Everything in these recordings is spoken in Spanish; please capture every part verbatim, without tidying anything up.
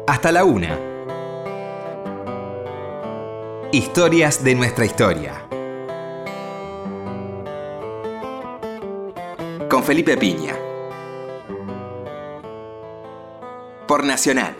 hasta la una. Historias de nuestra historia. Con Felipe Piña. Por Nacional.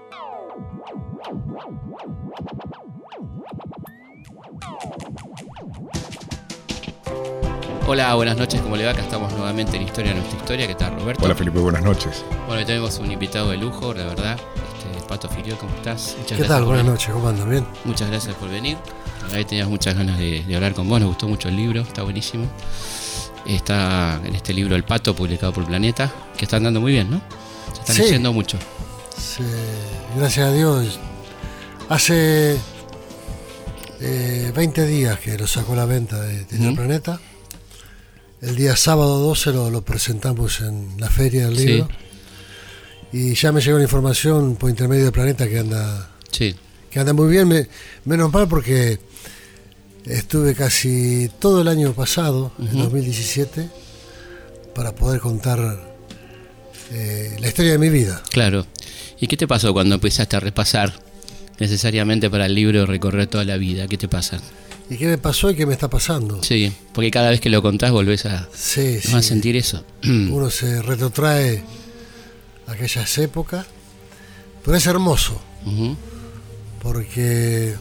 Hola, buenas noches, ¿cómo le va? Acá estamos nuevamente en Historia de Nuestra Historia. ¿Qué tal, Roberto? Hola, Felipe, buenas noches. Bueno, hoy tenemos un invitado de lujo, la verdad, este, Pato Filiol, ¿cómo estás? Muchas ¿Qué tal? Buenas noches, ¿cómo andan? ¿Bien? Muchas gracias por venir. La verdad que tenías muchas ganas de, de hablar con vos, nos gustó mucho el libro, está buenísimo. Está en este libro El Pato, publicado por Planeta, que está andando muy bien, ¿no? Se están sí. leyendo mucho. Sí, gracias a Dios. Hace eh, veinte días que lo sacó a la venta de, de uh-huh. Planeta. El día sábado doce lo, lo presentamos en la feria del libro. Sí. Y ya me llegó la información por intermedio de Planeta que anda, sí. que anda muy bien. Me, menos mal porque estuve casi todo el año pasado, uh-huh. en dos mil diecisiete, para poder contar eh, la historia de mi vida. Claro. ¿Y qué te pasó cuando empezaste a repasar necesariamente para el libro recorrer toda la vida? ¿Qué te pasa? ¿Y qué me pasó y qué me está pasando? Sí, porque cada vez que lo contás volvés a, sí, sí. a sentir eso. Uno se retrotrae a aquellas épocas, pero es hermoso, uh-huh. porque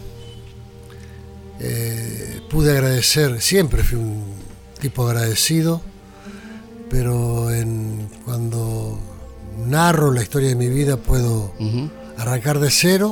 eh, pude agradecer, siempre fui un tipo agradecido, pero en, cuando narro la historia de mi vida puedo uh-huh. arrancar de cero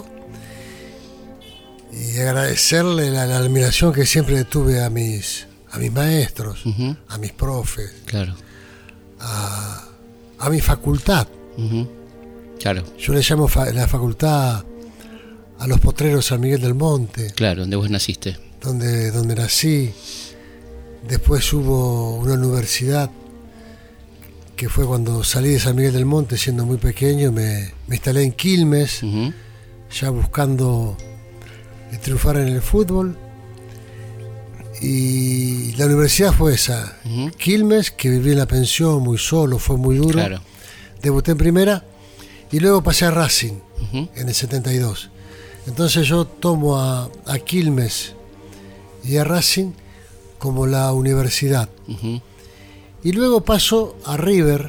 y agradecerle la, la admiración que siempre tuve a mis a mis maestros, uh-huh. a mis profes, claro. a, a mi facultad. Uh-huh. Claro. Yo le llamo fa- la facultad a los Potreros San Miguel del Monte. Claro, donde vos naciste. Donde, donde nací. Después hubo una universidad que fue cuando salí de San Miguel del Monte, siendo muy pequeño, me, me instalé en Quilmes, uh-huh. ya buscando triunfar en el fútbol, y la universidad fue esa, uh-huh. Quilmes, que viví en la pensión muy solo, fue muy duro, claro. Debuté en primera y luego pasé a Racing, uh-huh. en el setenta y dos. Entonces yo tomo a, a Quilmes y a Racing como la universidad, uh-huh. y luego paso a River,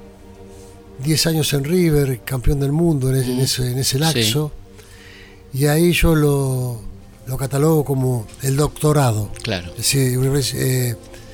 diez años en River, campeón del mundo en ese, uh-huh. en ese, en ese lapso. Sí. Y ahí yo lo, lo catalogo como el doctorado. Claro. Sí, univers- eh,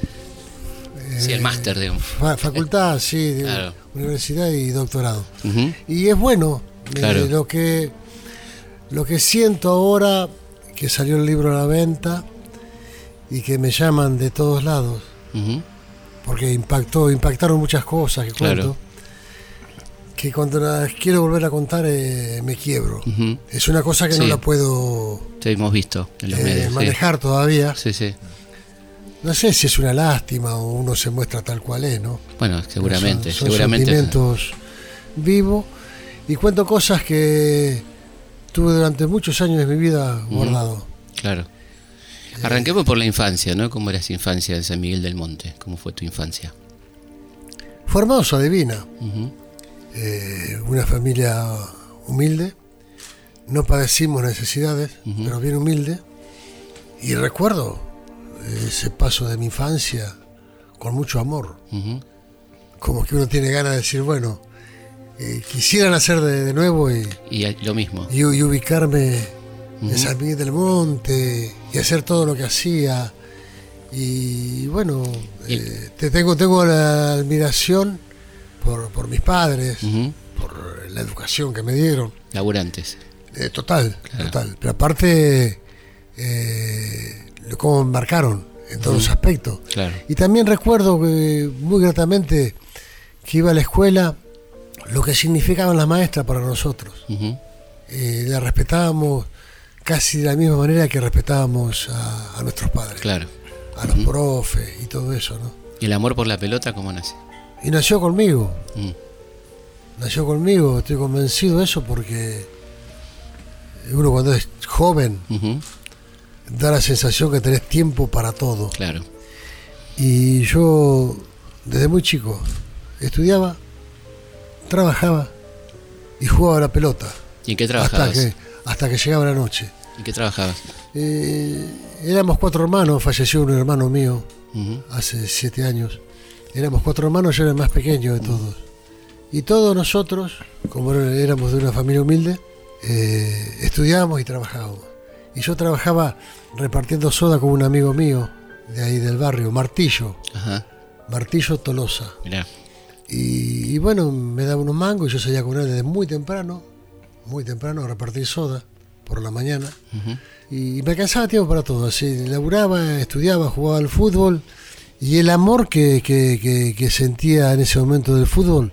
sí, el máster, digamos. Fa- facultad, sí, digo, claro. Universidad y doctorado. Uh-huh. Y es bueno, claro. eh, lo que lo que siento ahora que salió el libro a la venta y que me llaman de todos lados, uh-huh. porque impactó, impactaron muchas cosas que claro. cuento. Que cuando las quiero volver a contar eh, me quiebro. Uh-huh. Es una cosa que sí. no la puedo Te hemos visto en los eh, medios, manejar sí. todavía. Sí, sí. No sé si es una lástima o uno se muestra tal cual es, ¿no? Bueno, seguramente. Son, son seguramente sentimientos vivos y cuento cosas que tuve durante muchos años de mi vida uh-huh. guardado. Claro. Eh, Arranquemos por la infancia, ¿no? ¿Cómo era esa infancia en San Miguel del Monte? ¿Cómo fue tu infancia? Fue hermosa, divina. Uh-huh. Eh, una familia humilde, no padecimos necesidades, uh-huh. pero bien humilde, y recuerdo ese paso de mi infancia con mucho amor, uh-huh. como que uno tiene ganas de decir, bueno, eh, quisiera nacer de, de nuevo y, y lo mismo y, y ubicarme uh-huh. en San Miguel del Monte y hacer todo lo que hacía, y bueno, ¿Y? Eh, te tengo, tengo la admiración Por, por mis padres, uh-huh. por la educación que me dieron. Laburantes. Eh, total, claro. total. Pero aparte, eh, cómo me marcaron en todos uh-huh. los aspectos. Claro. Y también recuerdo que, muy gratamente, que iba a la escuela, lo que significaban las maestras para nosotros. Uh-huh. Eh, las respetábamos casi de la misma manera que respetábamos a, a nuestros padres. Claro. A los uh-huh. profes y todo eso, ¿no? ¿Y el amor por la pelota cómo nace? Y nació conmigo. Mm. Nació conmigo, estoy convencido de eso porque uno cuando es joven uh-huh. da la sensación que tenés tiempo para todo. Claro. Y yo desde muy chico estudiaba, trabajaba y jugaba a la pelota. ¿Y en qué trabajabas? Hasta que, hasta que llegaba la noche. ¿En qué trabajabas? Eh, éramos cuatro hermanos, falleció un hermano mío Uh-huh. hace siete años. Éramos cuatro hermanos, yo era el más pequeño de todos. Y todos nosotros, como éramos de una familia humilde, eh, estudiábamos y trabajábamos. Y yo trabajaba repartiendo soda con un amigo mío de ahí del barrio, Martillo. Ajá. Martillo Tolosa. Mirá. Y, y bueno, me daba unos mangos y yo salía con él desde muy temprano, muy temprano a repartir soda por la mañana. Uh-huh. Y me alcanzaba tiempo para todo. Así, laburaba, estudiaba, jugaba al fútbol. Y el amor que, que, que, que sentía en ese momento del fútbol,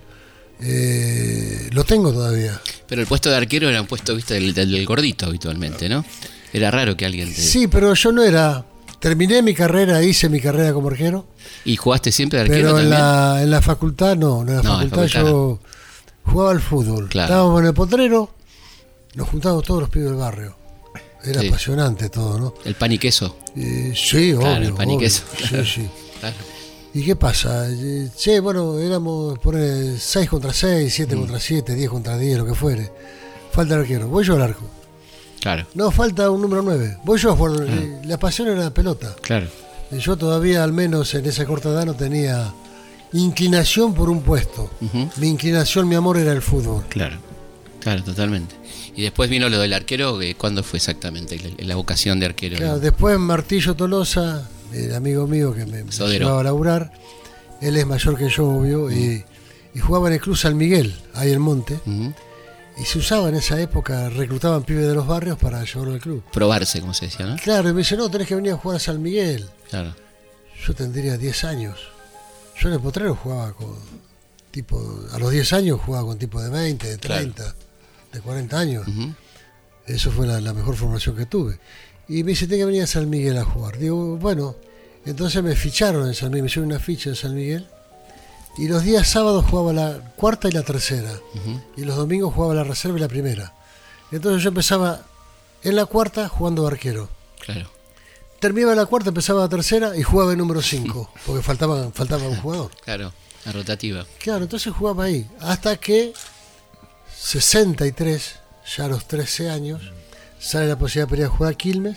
eh, lo tengo todavía. Pero el puesto de arquero era un puesto, viste, del, del, del gordito habitualmente, ¿no? Era raro que alguien te... Sí, pero yo no era... Terminé mi carrera, hice mi carrera como arquero. ¿Y jugaste siempre de arquero pero en también? la, en la facultad no, en la No, facultad en facultad yo jugaba al fútbol. Claro. Estábamos en el potrero, nos juntábamos todos los pibes del barrio. Era Sí. apasionante todo, ¿no? El pan y queso. Eh, sí, Claro, obvio. el pan y obvio. queso, claro. Sí, sí. Claro. ¿Y qué pasa? Eh, Che, bueno, éramos por seis contra seis, siete contra siete, diez contra diez, lo que fuere. Falta el arquero. Voy yo al arco. Claro, No, falta un número nueve. Voy yo a jugar. Ah. Eh, La pasión era la pelota. claro. Y yo todavía, al menos en esa corta edad, no tenía inclinación por un puesto. Uh-huh. Mi inclinación, mi amor, era el fútbol. Claro, claro, totalmente. Y después vino lo del arquero, que ¿cuándo fue exactamente la, la vocación de arquero? Claro, después Martillo Tolosa, el amigo mío que me, me Sodero. llevaba a laburar, él es mayor que yo, obvio, Mm. y, y jugaba en el Club San Miguel, ahí en Monte, Uh-huh. y se usaba en esa época, reclutaban pibes de los barrios para llevarlo al club. Probarse, como se decía, ¿no? Claro, y me dice, no, tenés que venir a jugar a San Miguel. Claro. Yo tendría diez años. Yo en el potrero jugaba con tipo, a los diez años jugaba con tipo de veinte, de treinta, Claro. de cuarenta años. Uh-huh. Eso fue la, la mejor formación que tuve. Y me dice, tenés que venir a San Miguel a jugar. Digo, bueno, entonces me ficharon en San Miguel, me hicieron una ficha en San Miguel. Y los días sábados jugaba la cuarta y la tercera. Uh-huh. Y los domingos jugaba la reserva y la primera. Entonces yo empezaba en la cuarta jugando de arquero. Claro. Terminaba la cuarta, empezaba la tercera y jugaba el número cinco, porque faltaba, faltaba un jugador. Claro, la rotativa. Claro, entonces jugaba ahí. Hasta que sesenta y tres, ya a los trece años, sale la posibilidad de venir a jugar a Quilmes.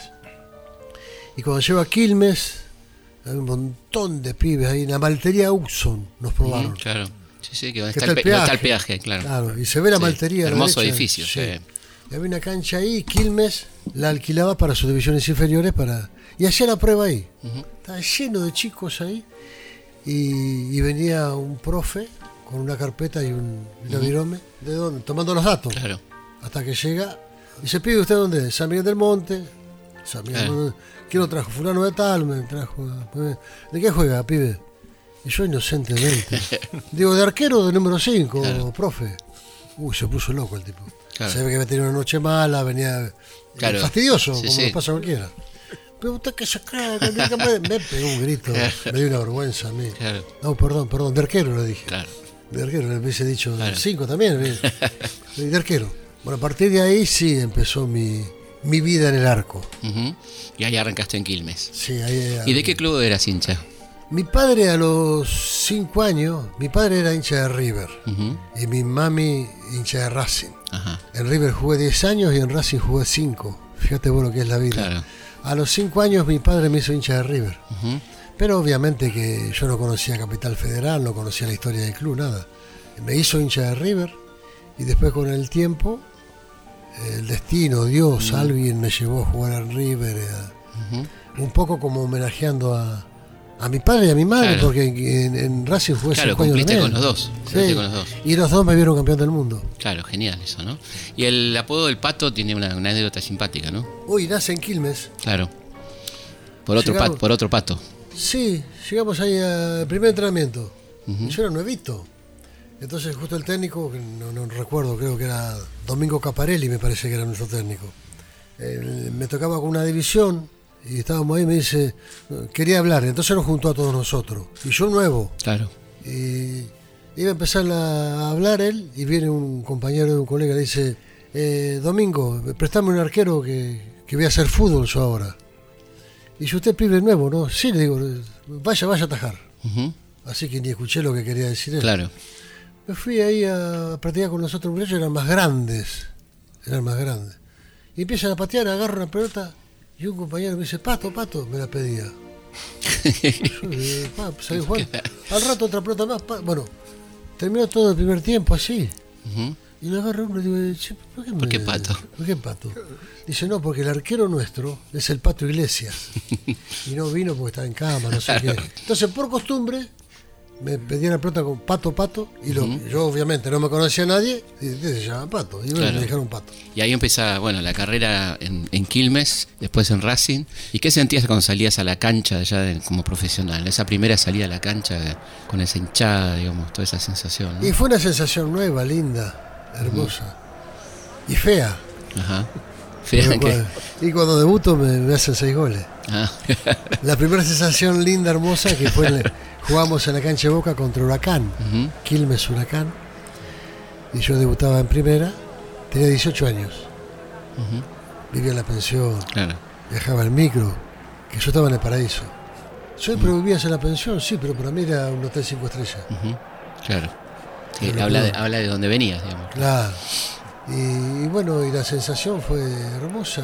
Y cuando llego a Quilmes, hay un montón de pibes ahí. En la maltería Uxon nos probaron. Uh-huh. Claro. Sí, sí, que Que está, el, pe- no está el peaje, claro. Claro, y se ve la Sí, maltería. a la hermoso derecha. edificio, Sí. sí. Y había una cancha ahí, Quilmes la alquilaba para sus divisiones inferiores para y hacía la prueba ahí. Uh-huh. Estaba lleno de chicos ahí. Y, y venía un profe con una carpeta y un y un virome, ¿de dónde? Tomando los datos. Claro. Hasta que llega y se pide, ¿usted dónde es? San Miguel del Monte. San Miguel del Claro. Monte. ¿Quién lo trajo? Fulano de tal, me trajo. ¿De qué juega, pibe? Y yo inocentemente. Digo, de arquero de número cinco, Claro. profe. Uy, se puso loco el tipo. Claro. Se ve que había tenido una noche mala, venía eh, Claro. fastidioso, Sí, como sí. nos pasa a cualquiera. Pero usted que saca, me, me pegó un grito, me dio una vergüenza a mí. Claro. No, perdón, perdón, de arquero le dije. Claro. De arquero, le hubiese dicho Claro. cinco también. bien. De arquero. Bueno, a partir de ahí sí empezó mi, mi vida en el arco. Uh-huh. Y ahí arrancaste en Quilmes. Sí, ahí, ¿Y de qué club eras hincha? Mi padre a los cinco años, mi padre era hincha de River Uh-huh. y mi mami hincha de Racing. Ajá. En River jugué diez años y en Racing jugué cinco. Fíjate vos lo que es la vida. Claro. A los cinco años mi padre me hizo hincha de River. Uh-huh. Pero obviamente que yo no conocía Capital Federal, no conocía la historia del club, nada. Me hizo hincha de River y después con el tiempo, el destino, Dios, Uh-huh. alguien me llevó a jugar en River, a- Uh-huh. un poco como homenajeando a, a mi padre y a mi madre, Claro. porque en, en Racing jugué Claro, cinco años cumpliste también. con los dos. Sí. Cumpliste con los dos. Y los dos me vieron campeón del mundo. Claro, genial eso, ¿no? Y el apodo del Pato tiene una, una anécdota simpática, ¿no? Uy, nace en Quilmes. Claro. Por otro, Llegamos- pat, por otro pato. Sí, llegamos ahí al primer entrenamiento. Ujú. Y yo era nuevito. Entonces justo el técnico, que no, no recuerdo, creo que era Domingo Caparelli, me parece que era nuestro técnico. Eh, me tocaba con una división y estábamos ahí, me dice, quería hablar, entonces nos juntó a todos nosotros. Y yo nuevo. Claro. Y iba a empezar a hablar él y viene un compañero de un colega y le dice, eh, Domingo, prestame un arquero que, que voy a hacer fútbol yo ahora. Y si usted pibe nuevo, ¿no? Sí, le digo, vaya, vaya a atajar. Ujú. Así que ni escuché lo que quería decir él. Claro. Me fui ahí a practicar con los otros muchachos, eran más grandes. era el más grande. Y empiezan a patear, agarro una pelota y un compañero me dice, Pato, Pato, me la pedía. Yo le digo, pa, ¿sabes, Juan? Al rato otra pelota más, pa. Bueno, terminó todo el primer tiempo así. Uh-huh. Y lo agarro uno y le digo, che, ¿por qué, me, ¿por qué Pato? ¿Por qué Pato? Dice, no, porque el arquero nuestro es el Pato Iglesias. Y no vino porque estaba en cama, no sé qué. Entonces, por costumbre, me pedían la pelota con Pato, Pato. Y lo, uh-huh. yo, obviamente, no me conocía a nadie. Y se llama Pato. Y bueno, claro. me dejaron Pato. Y ahí empezaba, bueno, la carrera en, en Quilmes, después en Racing. ¿Y qué sentías cuando salías a la cancha ya de, como profesional? Esa primera salida a la cancha de, con esa hinchada, digamos, toda esa sensación, ¿no? Y fue una sensación nueva, linda, hermosa. Uh-huh. Y fea. Ajá. Fea que... cuando, y cuando debuto me, me hacen seis goles. Ah. La primera sensación linda, hermosa, que fue... El, jugamos en la cancha de Boca contra Huracán, uh-huh. Quilmes Huracán, y yo debutaba en primera, tenía dieciocho años, uh-huh. vivía en la pensión, claro. viajaba en micro, que yo estaba en el paraíso. Soy, uh-huh. pero vivías en la pensión, sí, pero para mí era un hotel cinco estrellas. Uh-huh. Claro, sí, habla, de, habla de dónde venías, digamos. Claro, y, y bueno, y la sensación fue hermosa,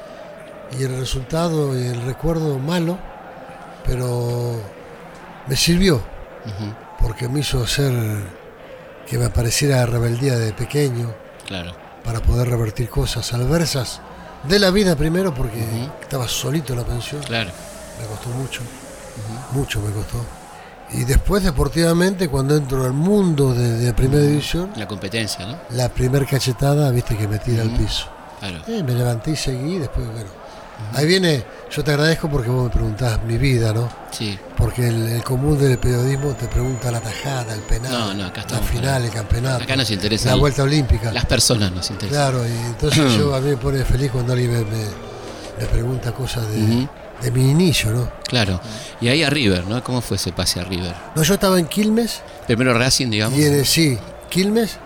y el resultado y el recuerdo malo, pero... me sirvió, uh-huh. porque me hizo hacer que me apareciera rebeldía de pequeño, claro. para poder revertir cosas adversas de la vida primero, porque uh-huh. estaba solito en la pensión, claro. me costó mucho, uh-huh. mucho me costó. Y después deportivamente, cuando entro al mundo de, de primera uh-huh. división, la competencia, ¿no? La primer cachetada, viste, que me tira uh-huh. al piso. Claro. Eh, me levanté y seguí, después, bueno. Uh-huh. Ahí viene, yo te agradezco porque vos me preguntás mi vida, ¿no? Sí. Porque el, el común del periodismo te pregunta la tajada, el penal, no, no, acá la final, para... el campeonato. Acá nos interesa la vuelta olímpica. Las personas nos interesan. Claro, y entonces yo a mí me pone feliz cuando alguien me, me, me pregunta cosas de, uh-huh. de mi inicio, ¿no? Claro. Y ahí a River, ¿no? ¿Cómo fue ese pase a River? No, yo estaba en Quilmes. Primero Racing, digamos. Y en, sí, Quilmes.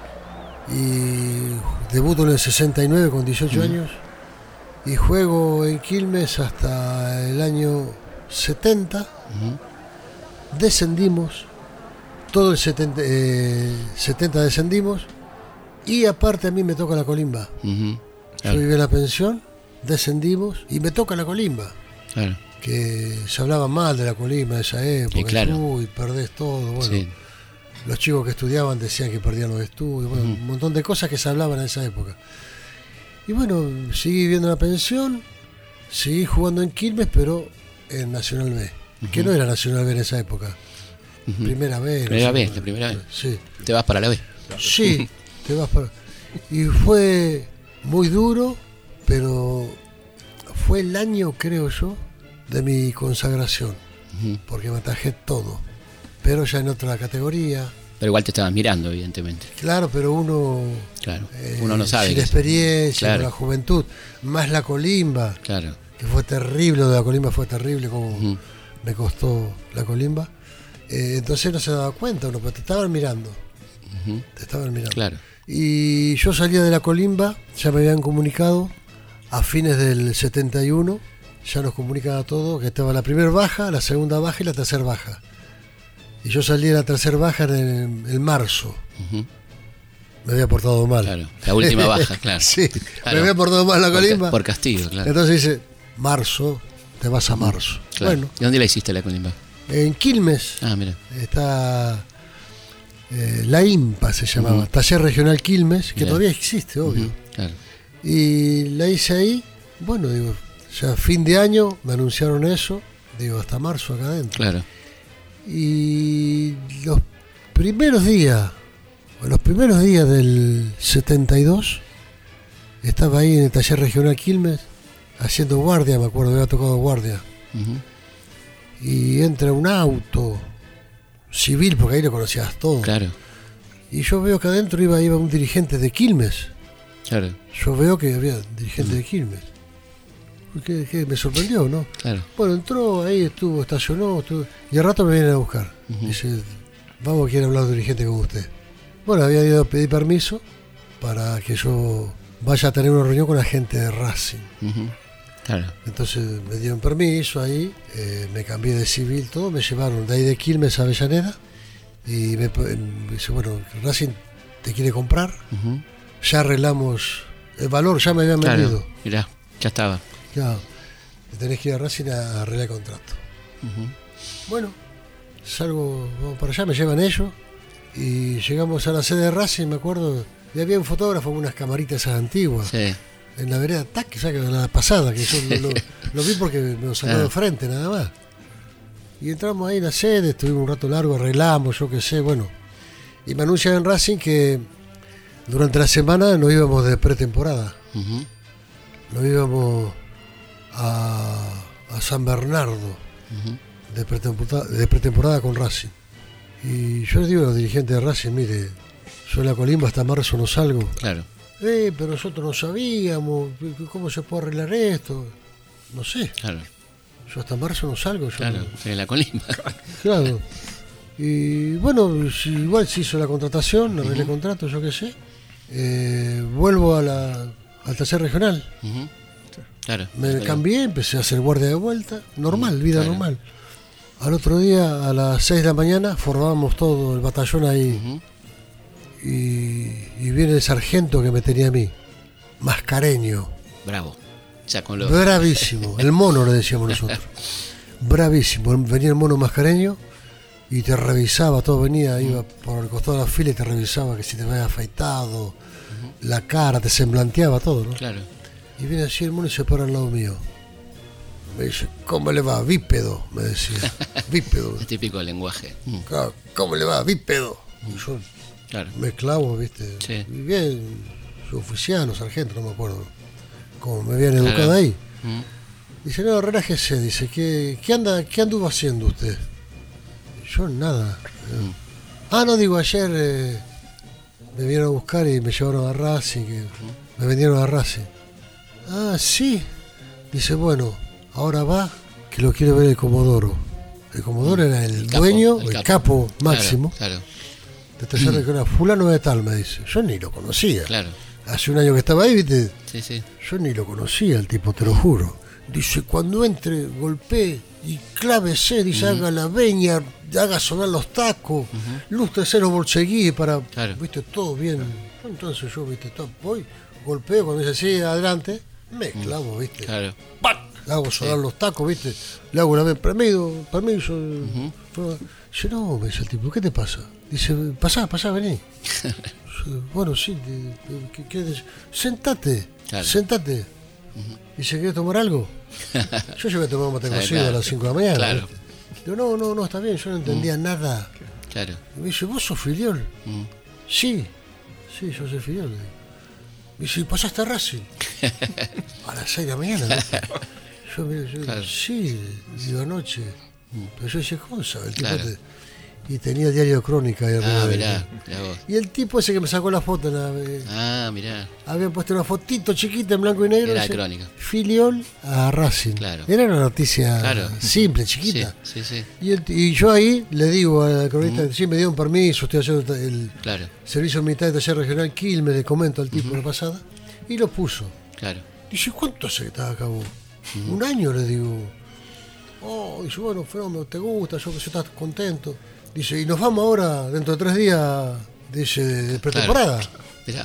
Y debuto en el sesenta y nueve con dieciocho uh-huh. años. Y juego en Quilmes hasta el año setenta. Uh-huh. Descendimos. Todo el setenta, eh, setenta descendimos. Y aparte a mí me toca la colimba. Uh-huh. Claro. Yo vivía en la pensión, descendimos y me toca la colimba. Claro. Que se hablaba mal de la colimba de esa época. Y claro. Uy, perdés todo. Bueno, sí. Los chicos que estudiaban decían que perdían los estudios. Bueno, uh-huh. un montón de cosas que se hablaban en esa época. Y bueno, seguí viviendo en la pensión, seguí jugando en Quilmes, pero en Nacional B, uh-huh. que no era Nacional B en esa época. Uh-huh. Primera B. Primera B, la primera B. Sí. ¿Te vas para la B? Sí, te vas para... Y fue muy duro, pero fue el año, creo yo, de mi consagración, uh-huh. porque me atajé todo, pero ya en otra categoría. Pero igual te estabas mirando, evidentemente. Claro, pero uno... Claro, eh, uno no sabe. Sin experiencia, claro. con la juventud, más la colimba. Claro. Que fue terrible, lo de la colimba fue terrible, como uh-huh. me costó la colimba. Eh, entonces no se daba cuenta uno, pero te estaban mirando. Uh-huh. Te estaban mirando. Claro. Y yo salía de la colimba, ya me habían comunicado, a fines del setenta y uno, ya nos comunicaba todo, que estaba la primera baja, la segunda baja y la tercera baja. Y yo salí de la tercera baja en, en marzo. Uh-huh. Me había portado mal. Claro, la última baja, claro. Sí, claro. Me había portado mal la colimba. Por, por castigo, claro. Entonces dice, marzo, te vas a marzo. Claro. Bueno. ¿Y dónde la hiciste la colimba? En Quilmes. Ah, mira. Está eh, la IMPA se llamaba, uh-huh. Taller Regional Quilmes, que mirá. Todavía existe, obvio. Uh-huh. Claro. Y la hice ahí, bueno, digo, ya fin de año me anunciaron eso, digo, hasta marzo acá adentro. Claro. Y los primeros días, los primeros días del setenta y dos, estaba ahí en el Taller Regional Quilmes, haciendo guardia, me acuerdo, había tocado guardia. Uh-huh. Y entra un auto civil, porque ahí lo conocías todo. Claro. Y yo veo que adentro iba, iba un dirigente de Quilmes. Claro. Yo veo que había dirigente uh-huh. de Quilmes. Que, que me sorprendió, ¿no? Claro. Bueno, entró, ahí estuvo, estacionó, estuvo, y al rato me vienen a buscar. Uh-huh. Dice, vamos, quiere hablar de dirigente con usted. Bueno, había ido a pedir permiso para que yo vaya a tener una reunión con la gente de Racing. Uh-huh. Claro. Entonces me dieron permiso ahí, eh, me cambié de civil, todo, me llevaron de ahí de Quilmes a Avellaneda y me, me dice, bueno, Racing te quiere comprar, uh-huh. ya arreglamos el valor ya me habían Claro, vendido. mirá, ya estaba. Claro, tenés que ir a Racing a arreglar el contrato. Ujú. Bueno, salgo vamos para allá, me llevan ellos y llegamos a la sede de Racing, me acuerdo, y había un fotógrafo con unas camaritas esas antiguas. Sí, En la vereda, tac, que saca la pasada, que yo lo, lo- lo vi porque me lo sacó Ah. de frente, nada más. Y entramos ahí en la sede, estuvimos un rato largo, arreglamos, yo qué sé, bueno. Y me anuncian en Racing que durante la semana nos íbamos de pretemporada. ujú, Nos íbamos a, a San Bernardo ujú. de pretemporada, de pretemporada con Racing. Y yo les digo a los dirigentes de Racing, mire, yo en la colimba hasta marzo no salgo. Claro, Eh, pero nosotros no sabíamos, ¿cómo se puede arreglar esto? No sé, claro, yo hasta marzo no salgo. Yo claro, no- en la colimba. claro. Y bueno, si- igual se hizo la contratación, arreglé el contrato, yo qué sé. Eh, vuelvo a la, al tercer regional. Ujú. Claro. Me Pero- cambié, empecé a hacer guardia de vuelta, normal, vida claro. normal. Al otro día, a las seis de la mañana, formábamos todo el batallón ahí. Ujú. Y, y viene el sargento que me tenía a mí, Mascareño. Bravo. O sea, con los... Bravísimo, el mono le decíamos nosotros. Bravísimo, venía el mono Mascareño y te revisaba, todo venía, iba por el costado de la fila y te revisaba que si te habías afeitado, la cara, te semblanteaba todo, ¿no? Claro. Y viene así el mono y se para al lado mío. Me dice, ¿cómo le va? Bípedo, me decía. Bípedo. El típico lenguaje. Mm, Claro, ¿cómo le va? Bípedo. Y yo Claro. me clavo, ¿viste? Sí. Y bien, soy oficial o sargento, no me acuerdo. Como me habían educado Claro. ahí. Mm, Dice, no, relájese, dice, ¿qué, qué, anda, ¿qué anduvo haciendo usted? Y yo, nada. Mm. Ah, no, digo, ayer eh, me vinieron a buscar y me llevaron a Racing, que me vendieron a Racing. Ah, sí. Dice, bueno, ahora va, que lo quiere ver el Comodoro. El Comodoro era el, El capo, dueño, el el capo. capo, máximo, Claro, claro, de tercer regional. Fulano de tal, me dice. Yo ni lo conocía. claro. Hace un año que estaba ahí, ¿viste? Sí, sí. Yo ni lo conocía el tipo, te lo juro. Dice, cuando entre, golpee y clávese, dice, haga la veña, haga sonar los tacos, lústrese los bolseguíes para, Claro. viste, todo bien. Entonces yo, viste, todo, voy, golpeo, cuando dice, sí, adelante, me clavo, viste. Claro. ¡Pac! Le hago sonar Sí. los tacos, viste. Le hago una vez, permiso, permiso. Dice, no, me dice el tipo, ¿qué te pasa? Dice, pasá, pasá, vení. Yo, bueno, sí, te- te- ¿qué quieres? Sentate, Claro. sentate. Dice, ¿querés tomar algo? Yo llegué a tomar mate Sabe, cocido claro. a las cinco de la mañana. Claro. ¿viste? Digo, no, no, no, está bien, yo no entendía nada. Claro. Y me dice, ¿vos sos filiol? Mm. Sí, sí, yo soy filiol. le digo. Me dice, ¿y pasaste a Racing? A las seis de la mañana. ¿viste? Yo, mira, yo Claro. sí, digo, anoche. Pero yo decía, ¿cómo sabe? El tipo Claro. te- Y tenía el diario Crónica ahí arriba Ah, de- mirá, mirá vos. Y el tipo ese que me sacó la foto, la- eh, Ah, mirá. había puesto una fotito chiquita en blanco y negro. Era dice, Crónica. Filiol a Racing. Claro. Era una noticia Claro. simple, Sí, chiquita. sí, sí. Y, el- y yo ahí le digo al cronista, sí, me dio un permiso, estoy haciendo el Claro, servicio militar de taller regional Quilmes, le comento al tipo la pasada, y lo puso. claro. Dice, ¿cuánto hace que estás acá vos? Un año, le digo. Oh, dice, bueno, fenómeno, ¿te gusta? Yo que sé, estás contento. Dice, y nos vamos ahora, dentro de tres días, dice, de pretemporada. Mirá.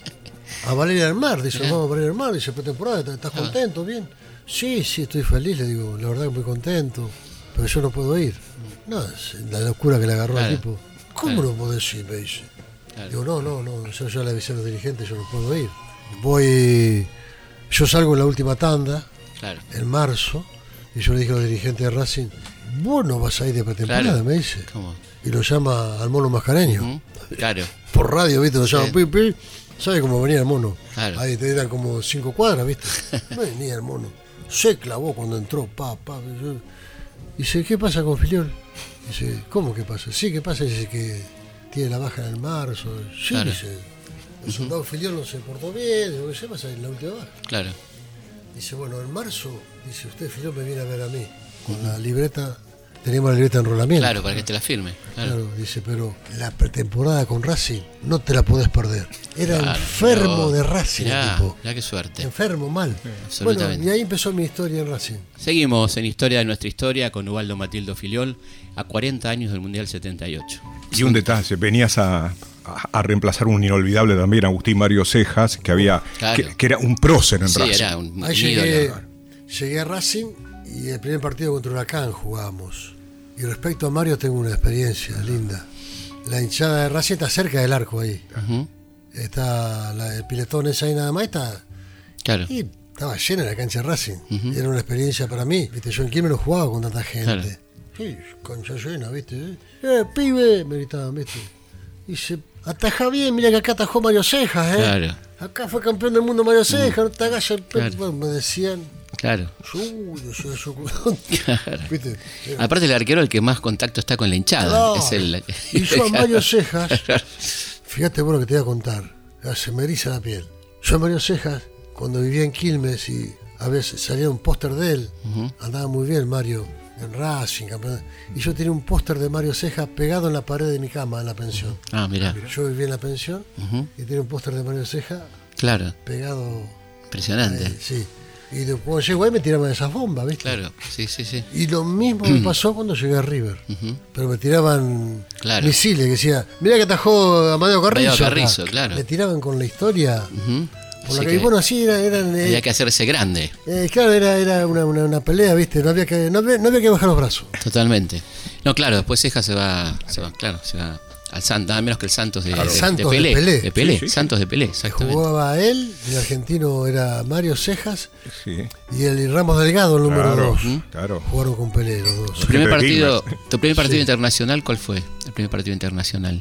A Valeria del Mar, dice, Mirá. nos vamos a Valeria del Mar, dice, pretemporada, ¿estás Ah. contento? Bien. Sí, sí, estoy feliz, le digo, la verdad que muy contento, pero yo no puedo ir. No, es la locura que le agarró al Claro. tipo. ¿Cómo Claro. no podés ir? Me dice. Claro. Digo, no, no, no, yo ya le avisé a los dirigentes, yo no puedo ir. Voy, yo salgo en la última tanda, Claro. en marzo, y yo le dije a los dirigentes de Racing, vos no vas a ir de pretemporada, Claro. me dice. ¿Cómo? Y lo llama al mono Mascareño. Ujú. Claro. Por radio, ¿viste? Lo llama Sí. pi, pi. ¿Sabe cómo venía el mono? Claro. Ahí te eran como cinco cuadras, ¿viste? No venía el mono. Se clavó cuando entró, pa, pa. Yo... Dice, ¿qué pasa con Filiol? Dice, ¿cómo que pasa? Sí, ¿qué pasa? Dice que tiene la baja en el marzo. Sí, Claro. dice, el soldado Filiol no se portó bien. Digo, ¿qué pasa en la última baja? Claro. Dice, bueno, en marzo, dice, usted Filiol me viene a ver a mí. Con la libreta, teníamos la libreta de enrolamiento. Claro, para que te la firme. Claro. Claro, dice, pero la pretemporada con Racing no te la podés perder. Era Claro, enfermo mirá, de Racing mirá, el tipo. mirá qué suerte. Enfermo, mal. Bueno, absolutamente. y ahí empezó mi historia en Racing. Seguimos en Historia de nuestra historia con Ubaldo Matildo Filiol a cuarenta años del Mundial setenta y ocho. Y un detalle, venías a, a, a reemplazar un inolvidable también, Agustín Mario Cejas, que había Claro. que, que era un prócer en Sí, Racing. era un, Ahí un llegué, ídolo. llegué a Racing y el primer partido contra Huracán jugábamos. Y respecto a Mario tengo una experiencia linda. La hinchada de Racing está cerca del arco ahí. Ujú. Está la, el piletón ese ahí nada más está. Claro. Y estaba llena la cancha de Racing. Ujú. Era una experiencia para mí. Viste, yo en Quilmes no jugaba con tanta gente. Claro. Sí, cancha llena, viste. Eh, pibe, me gritaban, viste. Y se ataja bien, mira que acá atajó Mario Cejas, eh. Claro. Acá fue campeón del mundo Mario Cejas, no te hagas el pe-". Claro. Bueno, me decían. Claro. Uy, yo, yo, Claro. ¿viste? Era- Aparte el arquero el que más contacto está con la hinchada. Claro. Es el, Y yo a Mario Cejas, fíjate vos lo que te voy a contar, se me eriza la piel. Yo a Mario Cejas, cuando vivía en Quilmes y a veces salía un póster de él, Ujú. andaba muy bien Mario en Racing, campeón, y yo tenía un póster de Mario Cejas pegado en la pared de mi cama en la pensión. Ah, mira. Yo vivía en la pensión Ujú. y tenía un póster de Mario Cejas Claro. pegado, Impresionante. eh, sí. Y después cuando llego ahí me tiraban esas bombas, ¿viste? Claro. Sí, sí, sí. Y lo mismo me pasó cuando llegué a River. Ujú. Pero me tiraban Claro. misiles que decía, mirá que atajó Amadeo Carrizo. Amadeo Carrizo, acá". claro. Me tiraban con la historia. Ujú. Por la Así que, que y bueno, así era, eran. eh, había que hacerse grande. eh, claro, era, era una, una, una pelea, ¿viste? No había, que, no, había, no había que bajar los brazos. Totalmente. No, claro, después Cejas se va, se va, claro, se va al Santos, nada menos que el Santos de, Al de- Santos de de Pelé. Pelé. De Pelé, Sí, sí, sí. Santos de Pelé, exactamente. Jugaba él, el argentino era Mario Cejas Sí, y el Ramos Delgado, el número claro, dos. claro. Jugaron con Pelé los dos. Tu primer Gente de partido, Quilmes. tu primer partido Sí. internacional, ¿cuál fue? El primer partido internacional.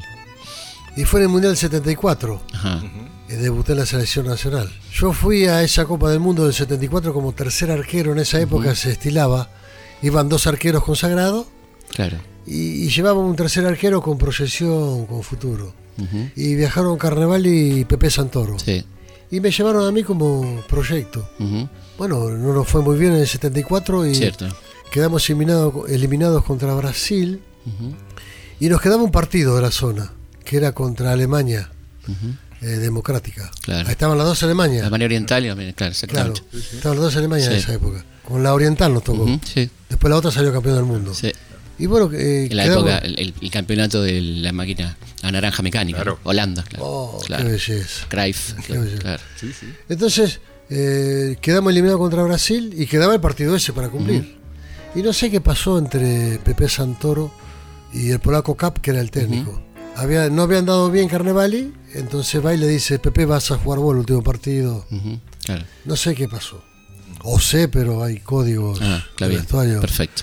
Y fue en el Mundial setenta y cuatro. Ajá. Eh, debuté en la selección nacional. Yo fui a esa Copa del Mundo del setenta y cuatro como tercer arquero. En esa época se estilaba. Iban dos arqueros consagrados Claro. y, y llevaban un tercer arquero con proyección, con futuro. Ujú. Y viajaron Carnevali y Pepe Santoro. Sí. Y me llevaron a mí como proyecto. Ujú. Bueno, no nos fue muy bien en el setenta y cuatro y Cierto. quedamos eliminado- eliminados contra Brasil. Ujú. Y nos quedaba un partido de la zona, que era contra Alemania Ujú. eh, Democrática. Claro. Ahí estaban las dos Alemanias. La Alemania Oriental y la Alemania- claro, Claro, exactamente. estaban las dos Alemanias en Sí. esa época. Con la Oriental nos tocó. Ujú. Sí. Después la otra salió campeón del mundo. Sí. Y bueno, eh, En la quedamos- época, el, el- el campeonato de la máquina, la naranja mecánica, Claro. ¿no? Holanda, claro. Oh, claro. qué belleza. Cruyff, Qué claro, belleza. claro. Entonces, eh, quedamos eliminados contra Brasil y quedaba el partido ese para cumplir. Y no sé qué pasó entre Pepe Santoro y el polaco Cap, que era el técnico. Había, no habían dado bien Carnevali, entonces va y le dice, Pepe, vas a jugar vos el último partido. Ujú. Claro. No sé qué pasó. O sé, pero hay códigos Ah, claro, del bien. vestuario. Perfecto.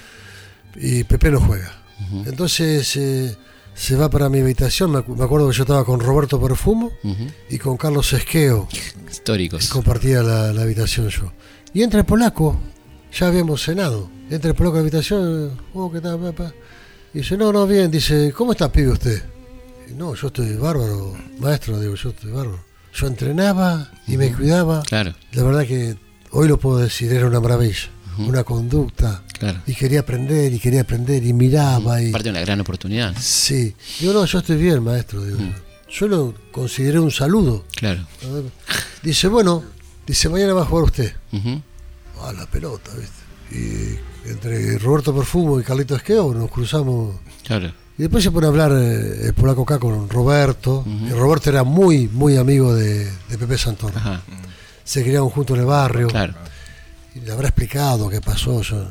Y Pepe no juega. Entonces eh, se va para mi habitación. Me, acu- me acuerdo que yo estaba con Roberto Perfumo Ujú. y con Carlos Esqueo. Históricos. Compartía la, la habitación yo. Y entra el polaco, ya habíamos cenado. Entra el polaco a la habitación, oh, ¿qué tal, papá? Y dice, no, no, bien. Dice, ¿cómo está, pibe, usted? Y, no, yo estoy bárbaro, maestro, digo, yo estoy bárbaro. Yo entrenaba y me cuidaba. Claro, La verdad que hoy lo puedo decir, era una maravilla. Una conducta. claro. Y quería aprender, y quería aprender, y miraba. Y... Aparte de una gran oportunidad. Sí. Digo, no, yo estoy bien, maestro. Digo, yo lo consideré un saludo. Claro. A ver. Dice, bueno, dice, mañana va a jugar usted. Ujú. A la pelota, ¿viste? Y entre Roberto Perfumo y Carlito Esqueo nos cruzamos. Claro. Y después se pone a hablar eh, el polaco acá con Roberto. Y Roberto era muy, muy amigo de, de Pepe Santoro. Ajá. Se criaron juntos en el barrio. Claro. Y le habrá explicado qué pasó. Yo.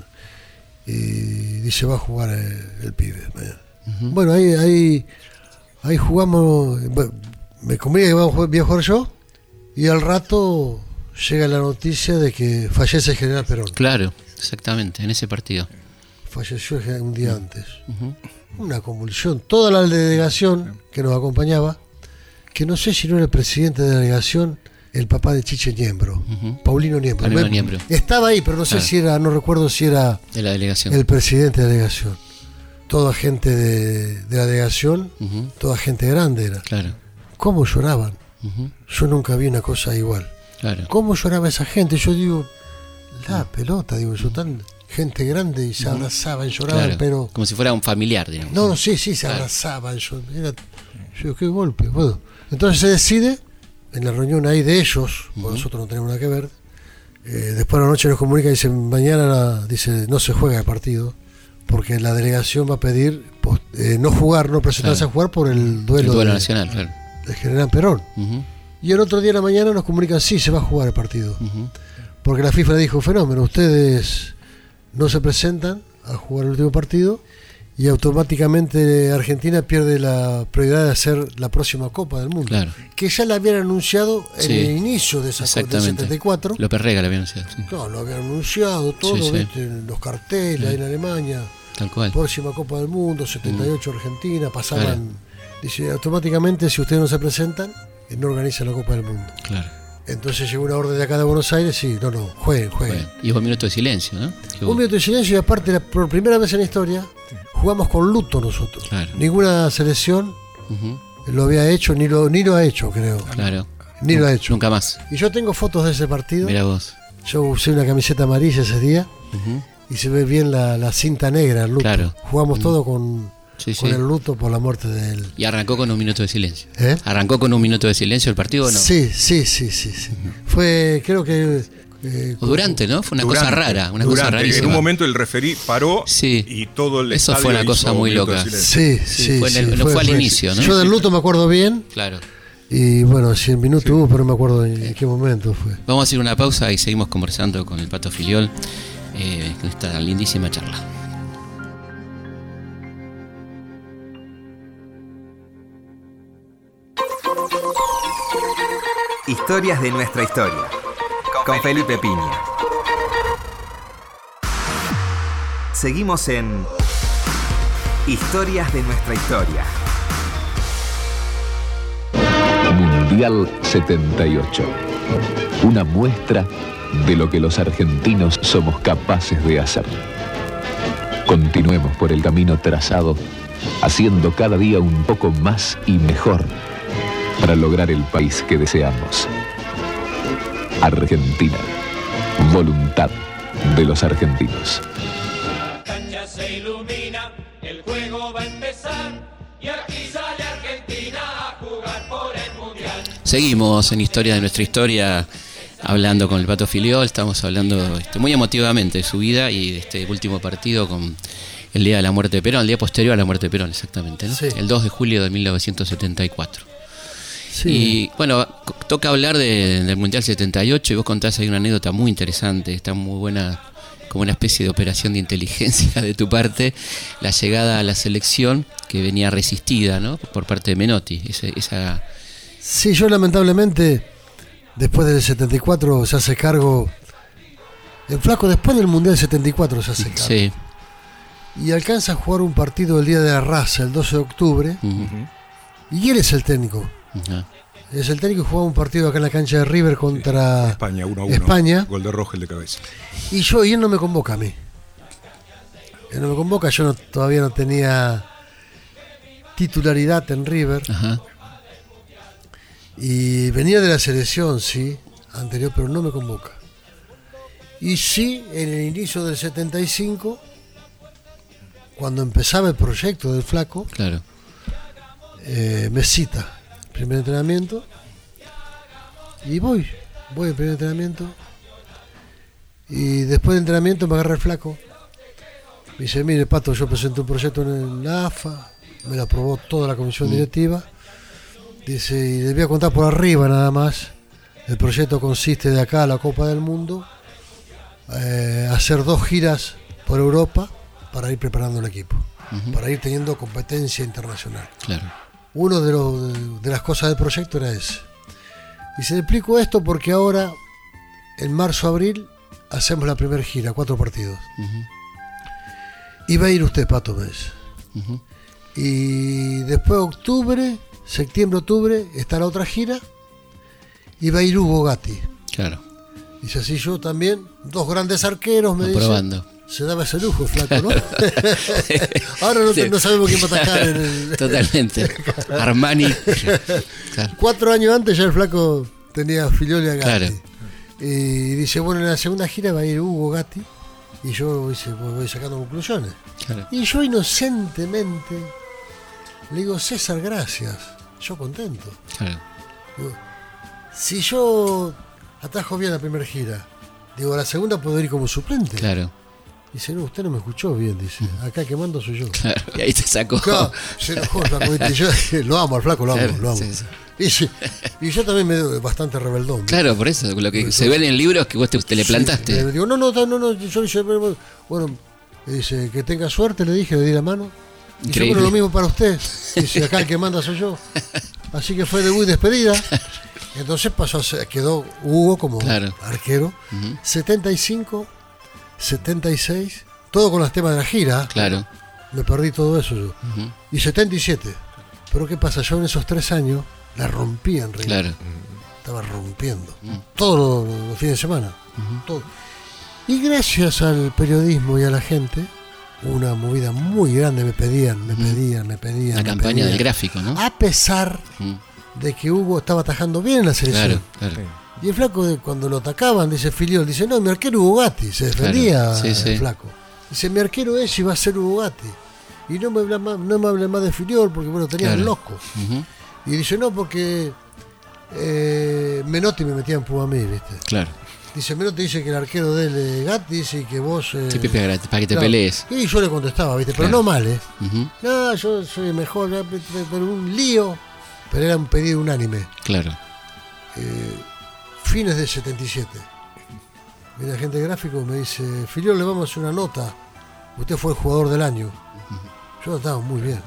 Y dice, va a jugar el, el pibe mañana. Bueno, ahí, ahí, ahí jugamos. Bueno, me convenía que iba a jugar, iba a jugar yo. Y al rato llega la noticia de que fallece el general Perón. Claro, exactamente, en ese partido. Falleció el general un día antes. Ujú. Una convulsión. Toda la delegación que nos acompañaba, que no sé si no era el presidente de la delegación, el papá de Chiche Niembro, Ujú. Paulino Niembro. Paulino Me- Niembro. Estaba ahí, pero no sé Claro. si era, no recuerdo si era De la delegación. el presidente de la delegación. Toda gente de, de la delegación, Ujú. toda gente grande era. Claro. ¿Cómo lloraban? Ujú. Yo nunca vi una cosa igual. Claro. ¿Cómo lloraba esa gente? Yo digo, la pelota, digo yo, tan gente grande y se abrazaban, lloraban, Claro. pero... Como si fuera un familiar, digamos. No, no, sí, sí, se Claro. abrazaban. Yo, era, yo digo, qué golpe. Bueno, entonces se decide, en la reunión ahí de ellos, porque nosotros no tenemos nada que ver, eh, después de la noche nos comunica y dice, mañana dice, no se juega el partido, porque la delegación va a pedir post- eh, no jugar, no presentarse Claro. a jugar por el El duelo, duelo de, nacional, claro. el general Perón. Uh-huh. Y el otro día de la mañana nos comunican, sí, se va a jugar el partido. Uh-huh. Porque la FIFA le dijo, fenómeno, ustedes no se presentan a jugar el último partido y automáticamente Argentina pierde la prioridad de hacer la próxima Copa del Mundo. Claro. Que ya la habían anunciado en Sí, el inicio de esa Copa del setenta y cuatro. López Rega la habían anunciado. Sí. No, lo habían anunciado todo, Sí, sí. ¿viste? Los carteles Sí. ahí en Alemania. Tal cual. Próxima Copa del Mundo, setenta y ocho Mm. Argentina, pasaban. Claro. Dice, automáticamente si ustedes no se presentan, eh, no organizan la Copa del Mundo. Claro. Entonces llegó una orden de acá de Buenos Aires y no, no, jueguen, jueguen. Bueno, y hubo un minuto de silencio, ¿no? Que Un hubo- minuto de silencio y aparte, la- por primera vez en la historia, jugamos con luto nosotros. Claro. Ninguna selección Ujú. lo había hecho, ni lo, ni lo ha hecho, creo. Claro. Ni lo ha hecho. Nunca más. Y yo tengo fotos de ese partido. Mira vos. Yo usé una camiseta amarilla ese día Ujú. y se ve bien la, la cinta negra, el luto. Claro. Jugamos Mm. todo con, Sí, con sí. el luto por la muerte de él. Y arrancó con un minuto de silencio. ¿Eh? ¿Arrancó con un minuto de silencio el partido o no? Sí, sí, sí, sí, sí. Fue, creo que... eh, O durante, ¿no? Fue una cosa Durante, rara, una durante. cosa rarísima. En un momento el referí paró Sí. y todo el Eso estadio fue una hizo cosa un muy minuto de loca. silencio. Sí, Sí, sí, fue en el- sí, no fue al inicio, ¿no? Yo del luto me acuerdo bien Claro. y bueno, si el minuto hubo, pero no me acuerdo en, en qué momento fue. Vamos a hacer una pausa y seguimos conversando con el Pato Filiol eh, con esta lindísima charla. Historias de nuestra historia. Con Felipe Piña. Seguimos en Historias de nuestra historia. Mundial setenta y ocho. Una muestra de lo que los argentinos somos capaces de hacer. Continuemos por el camino trazado, haciendo cada día un poco más y mejor para lograr el país que deseamos. Argentina. Voluntad de los argentinos. La cancha se ilumina, el juego va a empezar y aquí sale Argentina a jugar por el Mundial. Seguimos en Historia de nuestra historia hablando con el Pato Filiol. Estamos hablando este, muy emotivamente de su vida y de este último partido con el día de la muerte de Perón, el día posterior a la muerte de Perón, exactamente, ¿no? Sí. El dos de julio de mil novecientos setenta y cuatro. Sí. Y bueno, co- toca hablar de- del Mundial setenta y ocho y vos contás ahí una anécdota muy interesante, está muy buena, como una especie de operación de inteligencia de tu parte, la llegada a la selección que venía resistida, ¿no? Por parte de Menotti, ese- esa... Sí, yo lamentablemente, después del setenta y cuatro se hace cargo. El Flaco, después del Mundial setenta y cuatro se hace cargo. Sí. Y alcanza a jugar un partido el día de la raza, el doce de octubre. Ujú. Y él es el técnico. Ajá. Es el técnico que jugaba un partido acá en la cancha de River contra España uno a uno. España. Gol de Rogel de cabeza. Y yo, y él no me convoca a mí. Él no me convoca, yo no- todavía no tenía titularidad en River. Ajá. Y venía de la selección, sí, anterior, pero no me convoca. Y sí, en el inicio del setenta y cinco, cuando empezaba el proyecto del Flaco, Claro. eh, me cita, primer entrenamiento, y voy, voy al primer entrenamiento, y después del entrenamiento me agarra el Flaco, me dice, mire Pato, yo presenté un proyecto en la A F A, me lo aprobó toda la comisión directiva, dice, y les voy a contar por arriba nada más, el proyecto consiste de acá a la Copa del Mundo, eh, hacer dos giras por Europa para ir preparando el equipo, Ujú. para ir teniendo competencia internacional. Claro. Uno de, los, de las cosas del proyecto era ese. Y se le explico esto porque ahora, en marzo-abril, hacemos la primera gira, cuatro partidos. Ujú. Y va a ir usted, Pato, me dice. Ujú. Y después de octubre, septiembre-octubre, está la otra gira. Y va a ir Hugo Gatti. Claro. Dice así yo también, dos grandes arqueros, me dice. Aprobando. Se daba ese lujo, el Flaco, ¿no? Ahora no, Sí. no sabemos quién va a atacar en el... Totalmente. Armani. Claro. Cuatro años antes ya el Flaco tenía Filiol y a Gatti. Claro. Y dice, bueno, en la segunda gira va a ir Hugo Gatti. Y yo dice, pues voy sacando conclusiones. Claro. Y yo inocentemente le digo, César, gracias. Yo contento. Claro. Digo, si yo atajo bien la primera gira, digo, a la segunda puedo ir como suplente. Claro. Dice, no, usted no me escuchó bien, dice, acá que mando soy yo. Claro, y ahí te sacó. Claro, se enojó el flaco, ¿viste? Yo lo amo al flaco, lo amo, Claro, lo amo. sí, sí. Y, sí, y yo también me doy bastante rebeldón. ¿viste? Claro, por eso, lo que se ve en el libro es que vos te, te le plantaste. Sí, le digo, no, no, no, no, yo dice, bueno, dice, que tenga suerte, le dije, le di la mano. Dice, Increíble. bueno, lo mismo para usted. Dice, acá el que manda soy yo. Así que fue debut y despedida. Entonces pasó a ser, quedó Hugo como Claro. arquero. Ujú. setenta y cinco, setenta y seis, todo con los temas de la gira. Claro. Me perdí todo eso yo. Ujú. Y setenta y siete. Pero ¿qué pasa? Yo en esos tres años la rompía en realidad. Claro. Estaba rompiendo. Mm. Todos los, los fines de semana. Ujú. Todo. Y gracias al periodismo y a la gente, una movida muy grande me pedían, me pedían, me pedían. La me campaña pedían. del gráfico, ¿no? A pesar Mm. de que Hugo estaba atajando bien en la selección. Claro, claro. Y el flaco, de- cuando lo atacaban, dice Filiol, dice, no, mi arquero Hugo Gatti, se defendía Claro, sí, el sí. flaco. Dice, mi arquero es y va a ser Hugo Gatti. Y no me habla más, no me hable más de Filiol porque bueno, tenían Claro. loco. Ujú. Y dice, no, porque eh, Menotti me metía en púa a mí, ¿viste? Claro. Dice, Menotti dice que el arquero de él es Gatti, dice y que vos... eh, Sí, Pepe, para para que te claro. pelees. Y yo le contestaba, ¿viste? Pero Claro. no mal, ¿eh? Ujú. No, yo soy mejor, ya, pero un lío. Pero era un pedido unánime. Claro. Eh, fines del setenta y siete. Viene agente gráfico me dice, Filiol, le vamos a hacer una nota. Usted fue el jugador del año. Yo estaba muy bien.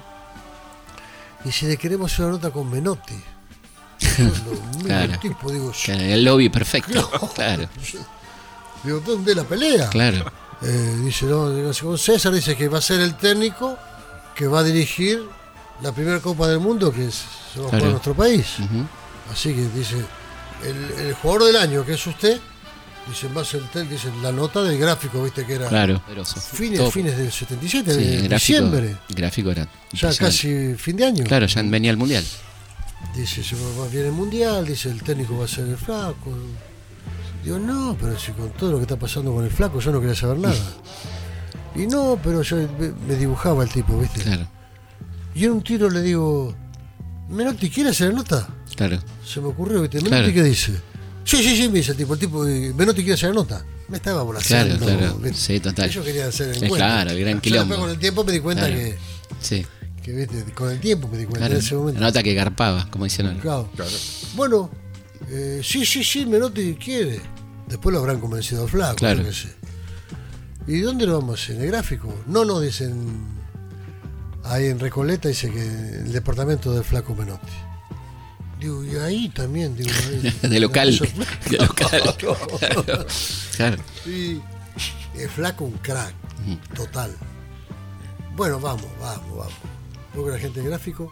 Y si le queremos hacer una nota con Menotti. Yo lo miro Claro. el tipo, digo, Claro, el lobby perfecto. Claro, digo, ¿dónde es la pelea? claro. Eh, dice, no, digo, con César dice que va a ser el técnico que va a dirigir la primera Copa del Mundo que es, se va a jugar Claro. en nuestro país. Ujú. Así que dice, el, el jugador del año, que es usted, dice, va a ser el tel- dice, la nota del gráfico, viste que era Claro. Poderoso. fines, Todo- fines del setenta y siete, Sí, de el gráfico, diciembre, el gráfico era ya impresionante. casi fin de año. Claro, ya venía el mundial. Dice, se va, va bien el mundial, dice, el técnico va a ser el flaco. Digo, no, pero si con todo lo que está pasando con el flaco yo no quería saber nada. Y no, pero yo me, me dibujaba el tipo, viste. Claro, Y en un tiro le digo, Menotti, ¿quiere hacer la nota? claro. Se me ocurrió, ¿viste? ¿Menotti Claro. qué dice? Sí, sí, sí, me dice el tipo. El tipo, eh, Menotti quiere hacer la nota. Me estaba volaseando. Claro, claro. ¿viste? Sí, total. Yo quería hacer el Sí, encuentro. claro, el gran Yo quilombo. después con el tiempo me di cuenta Claro. que, Sí, que, ¿viste? Con el tiempo me di cuenta claro. en ese La momento. nota que garpaba, como dicen ahora. Claro. Bueno, eh, sí, sí, sí, Menotti quiere. Después lo habrán convencido al flaco, Claro. yo qué sé. ¿Y dónde lo vamos a hacer? ¿En el gráfico? No, no, dicen. Ahí en Recoleta dice que el departamento del flaco Menotti. Digo, y ahí también, digo, ahí, De local. Eso- De local. Claro. Claro. Y el flaco un crack, total. Bueno, vamos, vamos, vamos. Luego la gente de gráfico,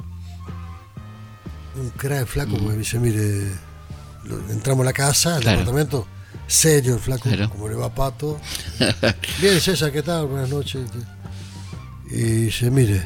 un crack flaco, porque me dice, mire, lo- entramos a la casa, al Claro. departamento, serio el flaco, Claro. como le va Pato. Bien, César, ¿qué tal? Buenas noches. Y dice, mire,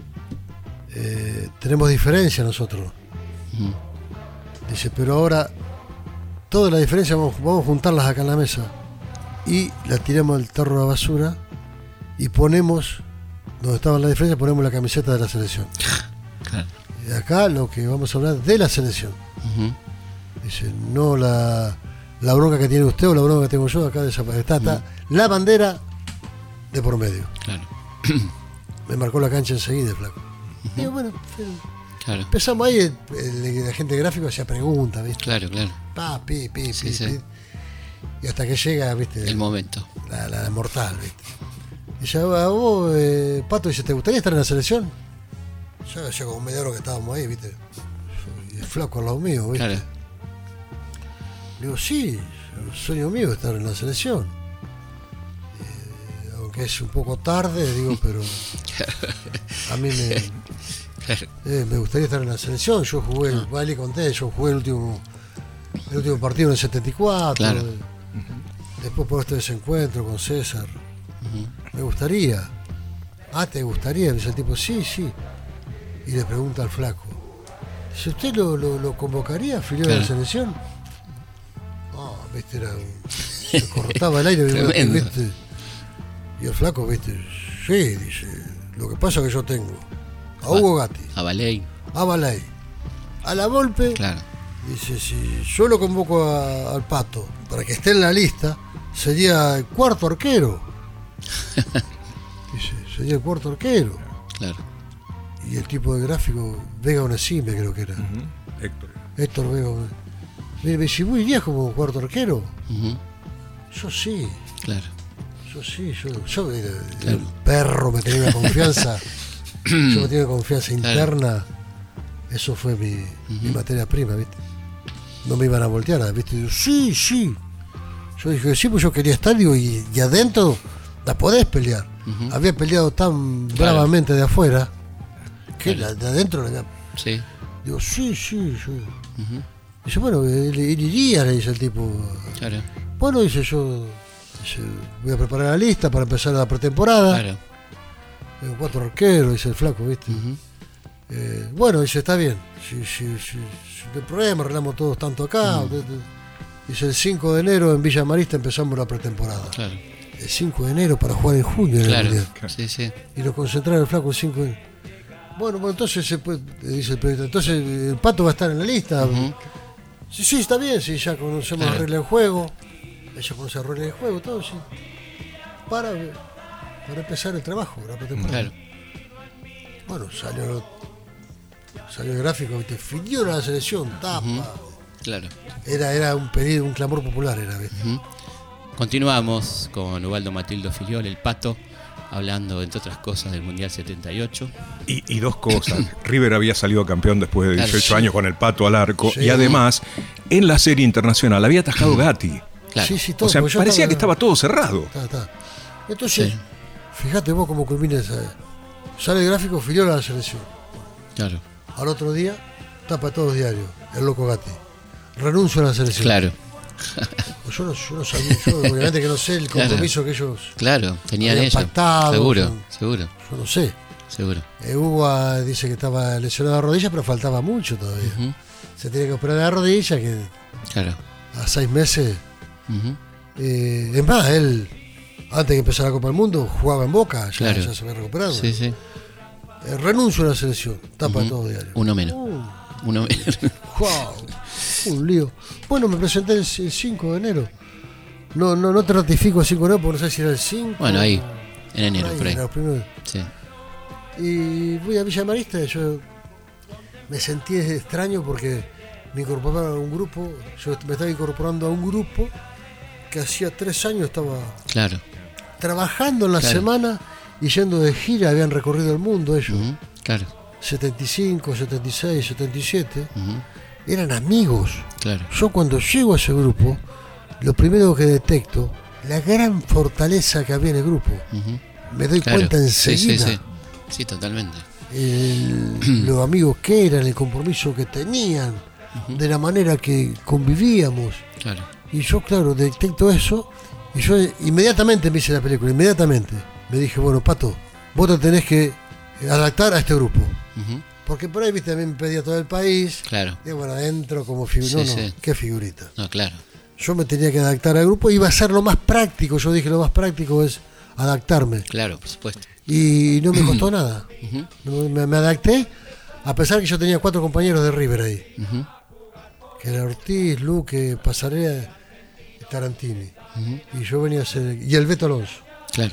eh, tenemos diferencia nosotros. Ujú. Dice, pero ahora toda la diferencia vamos, vamos a juntarlas acá en la mesa y la tiramos al tarro de la basura y ponemos, donde estaba la diferencia, ponemos la camiseta de la selección. Claro. Y acá lo que vamos a hablar de la selección. Ujú. Dice, no la, la bronca que tiene usted o la bronca que tengo yo, acá desaparece. Está, está la bandera de por medio. Claro. Me marcó la cancha enseguida, el flaco. Y yo, bueno, Claro. empezamos ahí, el, el, el agente gráfico hacía preguntas, ¿viste? Claro, claro. Pa, pi, pi, Sí, pi, sí. pi. Y hasta que llega, ¿viste? El momento. La, la mortal, ¿viste? Y ya a vos, eh, Pato, dice, ¿te gustaría estar en la selección? Ya hacía como media hora que estábamos ahí, ¿viste? Y el flaco al lado mío, ¿viste? Claro. Digo, sí, el sueño mío es estar en la selección. Eh, aunque es un poco tarde, digo, pero a mí me, Claro. eh, me gustaría estar en la selección. Yo jugué, ah. le conté, yo jugué el último, el último partido en el setenta y cuatro. Claro. eh, Después por este desencuentro con César. Ujú. Me gustaría. Ah, ¿te gustaría? Dice el tipo, sí, sí. Y le pregunta al flaco, dice, ¿usted lo, lo, lo convocaría a Filiol Claro. de la selección? Ah, viste, era un... se cortaba el aire. Tremendo. ¿viste? Y el flaco, viste, sí, dice, lo que pasa es que yo tengo a Hugo Gatti, A Baley. a Balay, a la Volpe. Claro. Dice, si yo lo convoco a- al Pato para que esté en la lista, sería el cuarto arquero. Dice, sería el cuarto arquero. Claro. Y el tipo de gráfico, Vega Onesime creo que era. Ujú. Héctor. Héctor Vega. Mire, me dice, ¿vos irías como cuarto arquero? Ujú. Yo sí. Claro. Yo sí, yo, yo era, era Claro. un perro, me tenía una confianza. Yo me tenía una confianza interna. Eso fue mi, uh-huh. mi materia prima, ¿viste? No me iban a voltear, ¿viste? Y yo, sí, sí. Yo dije, sí, pues yo quería estar, digo, y, y adentro la podés pelear. Uh-huh. Había peleado tan claro. bravamente de afuera que claro. la, de adentro la había. Sí. Digo, sí, sí, sí. Uh-huh. Dice, bueno, él, él iría, le dice el tipo. Claro. Bueno, dice yo. Dice, voy a preparar la lista para empezar la pretemporada. Claro. Eh, cuatro arqueros, dice el flaco, ¿viste? Uh-huh. eh, bueno, dice, está bien. Si, si, si, si no hay problema, arreglamos todos tanto acá. Uh-huh. Dice, el cinco de enero en Villa Marista empezamos la pretemporada. Claro. El cinco de enero para jugar en junio. En claro. el Claro. Sí, sí. Y nos concentraron el flaco el cinco de enero. Bueno, bueno, entonces se puede, dice el periodista, entonces el Pato va a estar en la lista. Uh-huh. Sí, sí, está bien, sí, ya conocemos claro. la regla del juego. Ella conoce la regla del juego, todo, sí. Para, para empezar el trabajo, la pretemporada. Claro. Bueno, salió, salió el gráfico, ¿viste? Finió la selección, tapa. Uh-huh. Claro. Era, era un pedido, un clamor popular, era, ¿viste? Uh-huh. Continuamos con Ubaldo Matildo Filiol, el Pato, hablando, entre otras cosas, del Mundial setenta y ocho. Y, y dos cosas. River había salido campeón después de dieciocho claro, sí. años con el Pato al arco. Sí. Y además, en la serie internacional había atajado Gatti. Claro. Sí, sí, todo, o sea, parecía estaba, que estaba todo cerrado. Está, está. Entonces, sí. fíjate vos cómo culmina esa. Sale el gráfico, Filiol a la selección. Claro. Al otro día, tapa todos los diarios, el loco Gatti. Renuncio a la selección. Claro. Yo no, yo no sabía, yo obviamente que no sé el compromiso claro. que ellos claro, tenían ellos. Pactado, seguro, yo, seguro. Yo no sé. Seguro. Eh, Hugo dice que estaba lesionado de rodilla, pero faltaba mucho todavía. Uh-huh. Se tiene que operar de la rodilla, que claro. a seis meses. Uh-huh. Eh, es más, él, antes de empezar la Copa del Mundo, jugaba en Boca, ya, claro. ya se había recuperado. Sí, sí. Eh, renuncio a la selección, tapa uh-huh. todo diario. Uno menos. Uh, Uno menos. Wow, un lío. Bueno, me presenté el cinco de enero. No, no, no te ratifico el cinco de enero porque no sé si era el cinco. Bueno, ahí, en enero, ahí, por ahí. Los primeros. Sí. Y fui a Villa Marista y yo me sentí extraño porque me incorporaron a un grupo, yo me estaba incorporando a un grupo que hacía tres años estaba claro. trabajando en la claro. semana y yendo de gira, habían recorrido el mundo ellos. Uh-huh. Claro. setenta y cinco, setenta y seis, setenta y siete. Uh-huh. Eran amigos. Claro. Yo cuando llego a ese grupo, lo primero que detecto, la gran fortaleza que había en el grupo. Uh-huh. Me doy claro. cuenta enseguida. Sí, sí, sí. Sí, totalmente. El, los amigos que eran, el compromiso que tenían, uh-huh. de la manera que convivíamos. Claro. Y yo, claro, detecto eso y yo inmediatamente me hice la película, inmediatamente. Me dije, bueno, Pato, vos te tenés que adaptar a este grupo. Uh-huh. Porque por ahí, viste, también me pedía todo el país. Claro. Y bueno, adentro como figurita. Sí, no, no, sí. qué figurita. No, claro. Yo me tenía que adaptar al grupo y iba a ser lo más práctico. Yo dije, lo más práctico es adaptarme. Claro, por supuesto. Y no me costó nada. Uh-huh. Me, me adapté, a pesar que yo tenía cuatro compañeros de River ahí. Uh-huh. Que era Ortiz, Luque, Pasarela, Tarantini. Uh-huh. Y yo venía a ser... Y el Beto Alonso. Claro.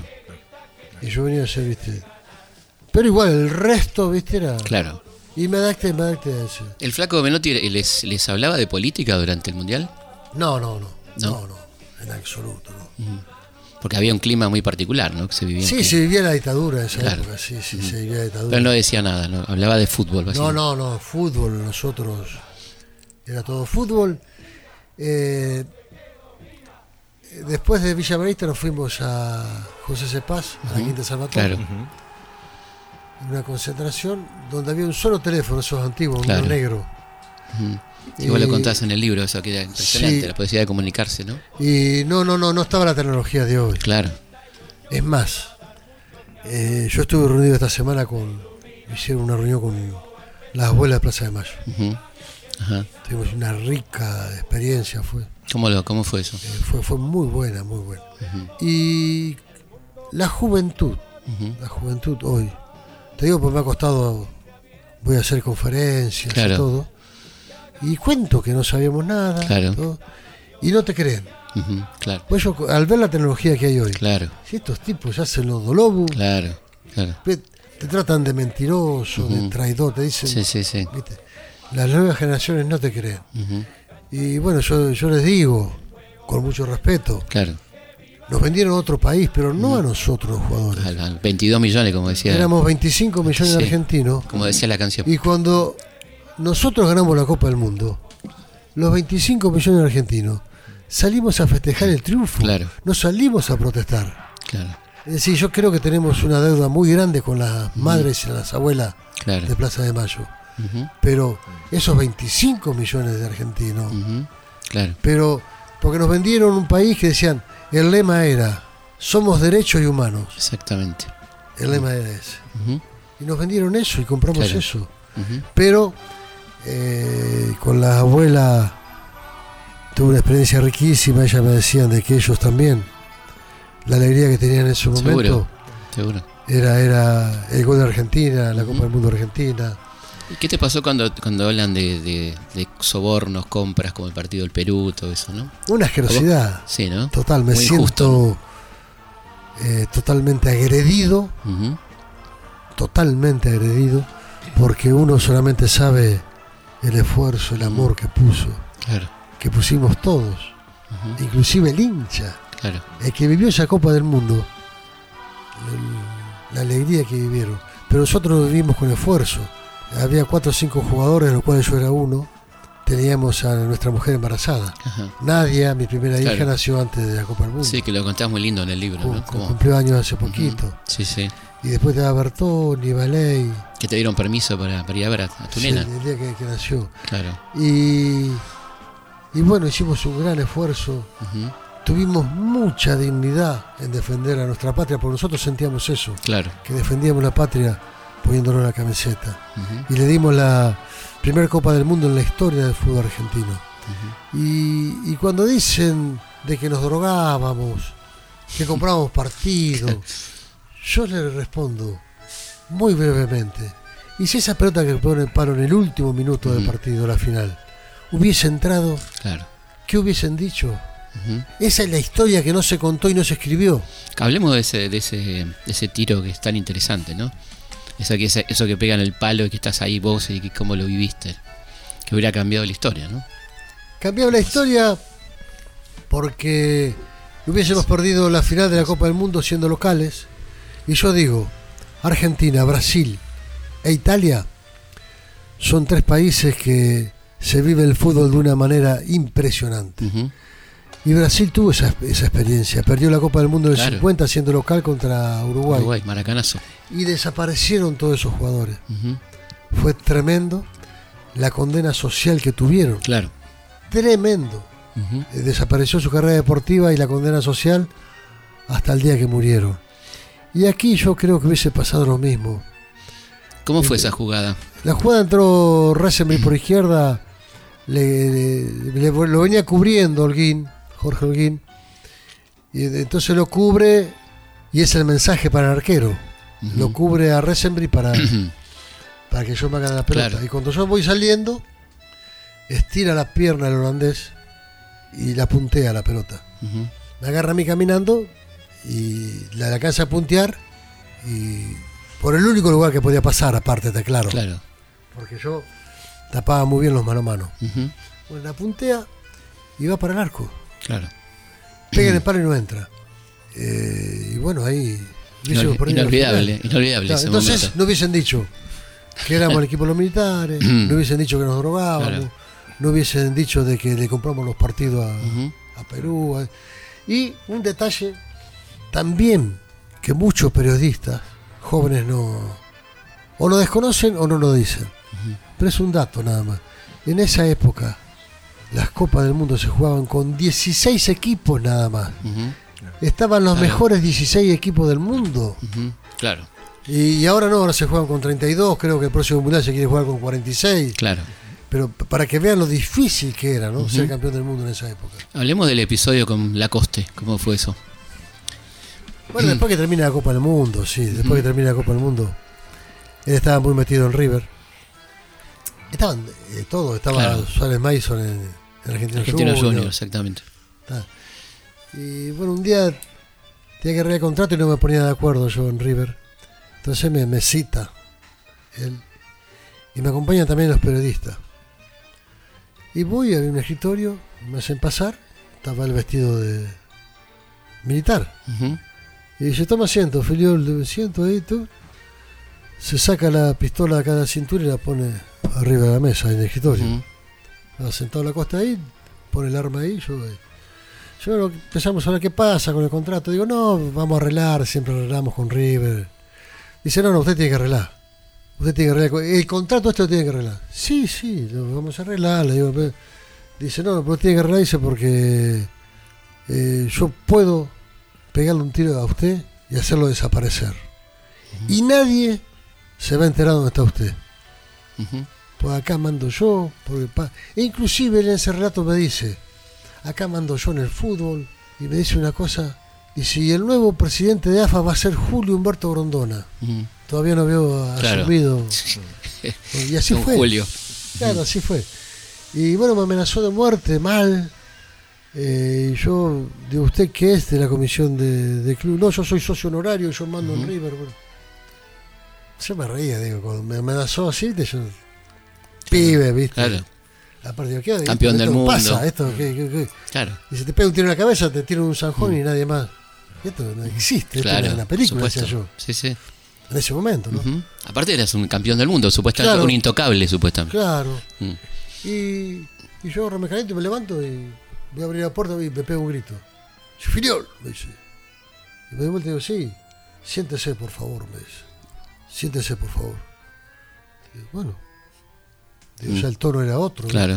Y yo venía a ser, viste... Pero igual, el resto, viste, era... Claro. Y me adapté, me adapté a eso. ¿El flaco Menotti les, les hablaba de política durante el Mundial? No, no, no. No, no, no en absoluto, no. Uh-huh. Porque había un clima muy particular, ¿no? Que se vivía. Sí, que... se vivía la dictadura en esa claro. época, sí, sí, uh-huh. se vivía la dictadura. Pero no decía nada, ¿no? Hablaba de fútbol, básicamente. No, no, no, fútbol, nosotros... Era todo fútbol. Eh... Después de Villa Marista nos fuimos a José Cepaz, uh-huh. a la Quinta Salvatore. Claro. Uh-huh. Una concentración donde había un solo teléfono, esos antiguos, claro. uno negro. Uh-huh. Igual y... lo contás en el libro, eso que era impresionante, sí. la posibilidad de comunicarse, ¿no? Y no, no, no, no estaba la tecnología de hoy. Claro. Es más, eh, yo estuve reunido esta semana con, hicieron una reunión con las abuelas de Plaza de Mayo. Uh-huh. Ajá. Tuvimos una rica experiencia, fue. ¿Cómo, lo, cómo fue eso? Eh, fue, fue muy buena, muy buena. Uh-huh. Y la juventud, uh-huh. la juventud hoy, te digo porque me ha costado, voy a hacer conferencias claro. y todo, y cuento que no sabíamos nada, claro. todo, y no te creen. Ujú, claro, Pues yo, al ver la tecnología que hay hoy, claro, si estos tipos hacen los dolobus, claro, claro. te, te tratan de mentiroso, de Ujú. traidor, te dicen, Sí, sí, sí. ¿viste? Las nuevas generaciones no te creen. Ujú, Y bueno, yo, yo les digo, con mucho respeto, claro. nos vendieron a otro país, pero no a nosotros los jugadores. Al- al veintidós millones, como decía, Éramos veinticinco millones de Sí. argentinos. como decía la canción. Y cuando nosotros ganamos la Copa del Mundo, los veinticinco millones de argentinos salimos a festejar el triunfo. Claro. No salimos a protestar. Claro, Es decir, yo creo que tenemos una deuda muy grande con las madres y las abuelas claro. de Plaza de Mayo. Ujú, Pero esos veinticinco millones de argentinos, ujú, claro, pero porque nos vendieron un país que decían, el lema era, somos derechos y humanos. exactamente. El lema era ese. Ujú, Y nos vendieron eso y compramos Claro. eso. ujú, Pero eh, con la abuela tuve una experiencia riquísima. Ella me decían de que ellos también, la alegría que tenían en ese momento Seguro. Seguro. era, era el gol de Argentina, la Copa Ujú. del Mundo de Argentina. ¿Y qué te pasó cuando, cuando hablan de, de, de sobornos, compras, como el partido del Perú, todo eso, no? Una asquerosidad Sí, ¿no? total. Me Muy siento injusto, eh, totalmente agredido, Ujú, totalmente agredido, porque uno solamente sabe el esfuerzo, el amor que puso, Claro, que pusimos todos, ujú, inclusive el hincha, claro, el que vivió esa Copa del Mundo, el- la alegría que vivieron. Pero nosotros lo vivimos con esfuerzo. Había cuatro o cinco jugadores, de los cuales yo era uno. Teníamos a nuestra mujer embarazada. ajá. Nadia, mi primera hija, Claro. nació antes de la Copa del Mundo. Sí, que lo contás muy lindo en el libro, Cum- ¿no? Como- Cumplió años hace Ujú, poquito. Sí, sí. Y después estaba Bertoni, Valey, Que te dieron permiso para, para ir a ver a, a tu sí, nena. el día que, que nació. Claro. Y, y bueno, hicimos un gran esfuerzo. Ujú, Tuvimos mucha dignidad en defender a nuestra patria, porque nosotros sentíamos eso, Claro. que defendíamos la patria poniéndonos la camiseta. Ujú, Y le dimos la primera Copa del Mundo en la historia del fútbol argentino. ujú, Y, y cuando dicen de que nos drogábamos, que comprábamos partidos, yo les respondo muy brevemente. ¿Y si esa pelota que pone el palo en el último minuto del Ujú. partido, la final, hubiese entrado, Claro. qué hubiesen dicho? Ujú. Esa es la historia que no se contó y no se escribió. Hablemos de ese, de ese, de ese tiro que es tan interesante, ¿no? Eso que, ese- eso que pega en el palo y que estás ahí vos y que cómo lo viviste. Que hubiera cambiado la historia, ¿no? Cambiaba la historia porque hubiésemos perdido la final de la Copa del Mundo siendo locales. Y yo digo, Argentina, Brasil e Italia son tres países que se vive el fútbol de una manera impresionante. Ujú, Y Brasil tuvo esa, esa experiencia. Perdió la Copa del Mundo del Claro. cincuenta siendo local contra Uruguay. Uruguay, maracanazo. Y desaparecieron todos esos jugadores. Ujú, Fue tremendo la condena social que tuvieron. Claro. Tremendo. Ujú, Eh, Desapareció su carrera deportiva y la condena social hasta el día que murieron. Y aquí yo creo que hubiese pasado lo mismo. ¿Cómo fue esa jugada? La jugada entró Rasenberg por izquierda, le, le- le- lo venía cubriendo Holguín, Jorge Holguín, y de- entonces lo cubre y es el mensaje para el arquero. Ujú. Lo cubre a Rasenberg para, para que yo me haga la pelota. Claro. Y cuando yo voy saliendo, estira la pierna el holandés y la puntea la pelota. Ujú, Me agarra a mí caminando y la alcanza a puntear y por el único lugar que podía pasar, aparte, está claro. Claro. Porque yo tapaba muy bien los mano a mano. Ujú, Bueno, la puntea y va para el arco. Claro. Pega en el palo y no entra. Eh, y bueno, ahí... hubiésemos Inolvi- perdido la Inolvidable, final. inolvidable Claro, ese entonces momento. no hubiesen dicho que éramos el equipo de los militares, no hubiesen dicho que nos drogábamos, Claro. no hubiesen dicho de que le compramos los partidos a, Ujú, a Perú. a- Y un detalle también que muchos periodistas jóvenes no o lo desconocen o no lo dicen. Pero es un dato nada más. En esa época las Copas del Mundo se jugaban con dieciséis equipos nada más. ujú, Estaban los Claro. mejores dieciséis equipos del mundo. ujú, Claro, Y, y ahora no, ahora se juegan con treinta y dos, creo que el próximo mundial se quiere jugar con cuarenta y seis. claro. Pero p- para que vean lo difícil que era, ¿no? Ujú. Ser campeón del mundo en esa época. Hablemos del episodio con Lacoste. ¿Cómo fue eso? Bueno, después que termina la Copa del Mundo, sí, después Ujú. que termina la Copa del Mundo, él estaba muy metido en River. Estaban eh, todos, estaba Claro. Suárez Mason en, en Argentina, Argentino Junior, Junior, exactamente. ta. Y bueno, un día tenía que arreglar el contrato y no me ponía de acuerdo yo en River. Entonces me, me cita él. Y me acompañan también los periodistas. Y voy a un escritorio, me hacen pasar, estaba el vestido de militar. Ujú. Y dice, toma asiento, Filiol, asiento ahí tú. Se saca la pistola de cada cintura y la pone arriba de la mesa en el escritorio. Ujú. Estaba sentado a la costa ahí, pone el arma ahí, yo, eh, yo bueno, empezamos a ver qué pasa con el contrato. Digo, no, vamos a arreglar, siempre arreglamos con River. Dice, no, no, usted tiene que arreglar. Usted tiene que arreglar. El contrato este lo tiene que arreglar. Sí, sí, lo vamos a arreglar. Le digo, pero- dice, no, no, pero tiene que arreglar, dice, porque eh, yo puedo pegarle un tiro a usted y hacerlo desaparecer. Y nadie se va a enterar dónde está usted. Ujú. Pues acá mando yo, porque pa- e inclusive él en ese relato me dice, acá mando yo en el fútbol, y me dice una cosa, dice, y el nuevo presidente de A F A va a ser Julio Humberto Grondona. Ujú. Todavía no veo Claro. asumido. Y así Don fue. Julio. Claro, así fue. Y bueno, me amenazó de muerte, mal. Eh, y yo, digo, ¿usted qué es de la comisión de, de club? No, yo soy socio honorario, yo mando en Ujú. River. Bueno. Yo me reía, digo, cuando me amenazó así, de yo, pibe, ¿viste? Claro, Aparte, digo, ¿qué, Campeón esto del mundo. pasa? Esto, ¿qué, qué, qué? claro. Y si te pega un tiro en la cabeza, te tira un zanjón y nadie más. Esto no existe, esto Claro, es una película, supuesto. decía yo, Sí, sí. en ese momento, ¿no? Ujú. Aparte eras un campeón del mundo, supuestamente, Claro. un intocable, supuestamente. Claro. Mm. Y, y yo agarro, me caliento y me levanto y voy a abrir la puerta y me pego un grito. Dice, Filiol, me dice. Y me doy vuelta y digo, sí, siéntese por favor, me dice. Siéntese por favor. Y bueno, digo, Mm. ya el tono era otro, ¿no? Claro.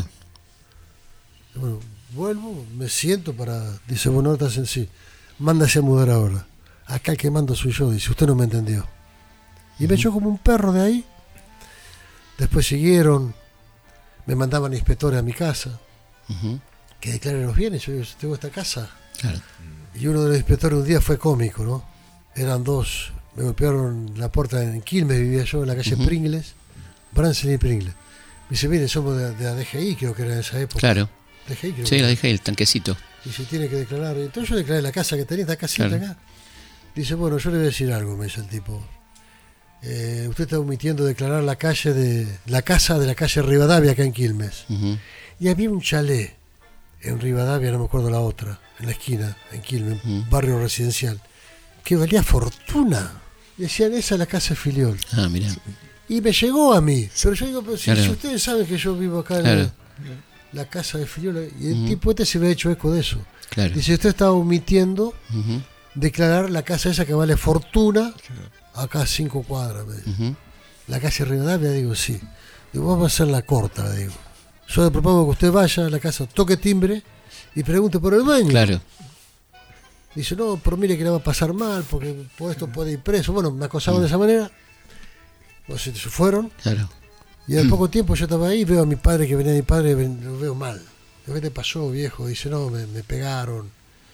Y bueno, vuelvo, me siento para. Dice, bueno, ahora estás en sí. Mándase a mudar ahora. Acá el que mando soy yo, dice, usted no me entendió. Y me echó como un perro de ahí. Después siguieron, me mandaban inspectores a mi casa, Ujú. que declaren los bienes. Yo digo, tengo esta casa. Claro. Y uno de los inspectores un día fue cómico, ¿no? Eran dos, me golpearon la puerta en Quilmes, vivía yo en la calle Ujú. Pringles, Bransen y Pringles. Me dice, mire, somos de, de la D G I, creo que era en esa época. Claro. D G I, creo Sí, que la era. dejé, el tanquecito. Y se tiene que declarar. Entonces yo declaré la casa que tenía, esta casita Claro. acá. Dice, bueno, yo le voy a decir algo, me dice el tipo. Eh, usted está omitiendo declarar la calle de la casa de la calle Rivadavia acá en Quilmes. Ujú. Y había un chalet en Rivadavia, no me acuerdo la otra, en la esquina, en Quilmes, Mm. barrio residencial, que valía fortuna. Decían, esa es la casa de Filiol. Ah, mirá. Y me llegó a mí. Pero yo digo, pero si, Claro. si ustedes saben que yo vivo acá en Claro. la, la casa de Filiol, y el Ujú. tipo este se había hecho eco de eso. Claro. Dice, usted está omitiendo Ujú. declarar la casa esa que vale fortuna, acá a cinco cuadras. Me dice. Ujú. La calle Rivadavia, digo, sí. Digo, vamos a hacer la corta, le digo. Yo le propongo que usted vaya a la casa, toque timbre y pregunte por el dueño. Claro. Dice, no, pero mire que le va a pasar mal, porque por esto puede ir preso. Bueno, me acosaban de esa manera. No sé, se fueron. Claro. Y al poco tiempo yo estaba ahí, veo a mi padre, que venía mi padre, ven- lo veo mal. Digo, ¿qué te pasó, viejo? Dice, no, me, me pegaron.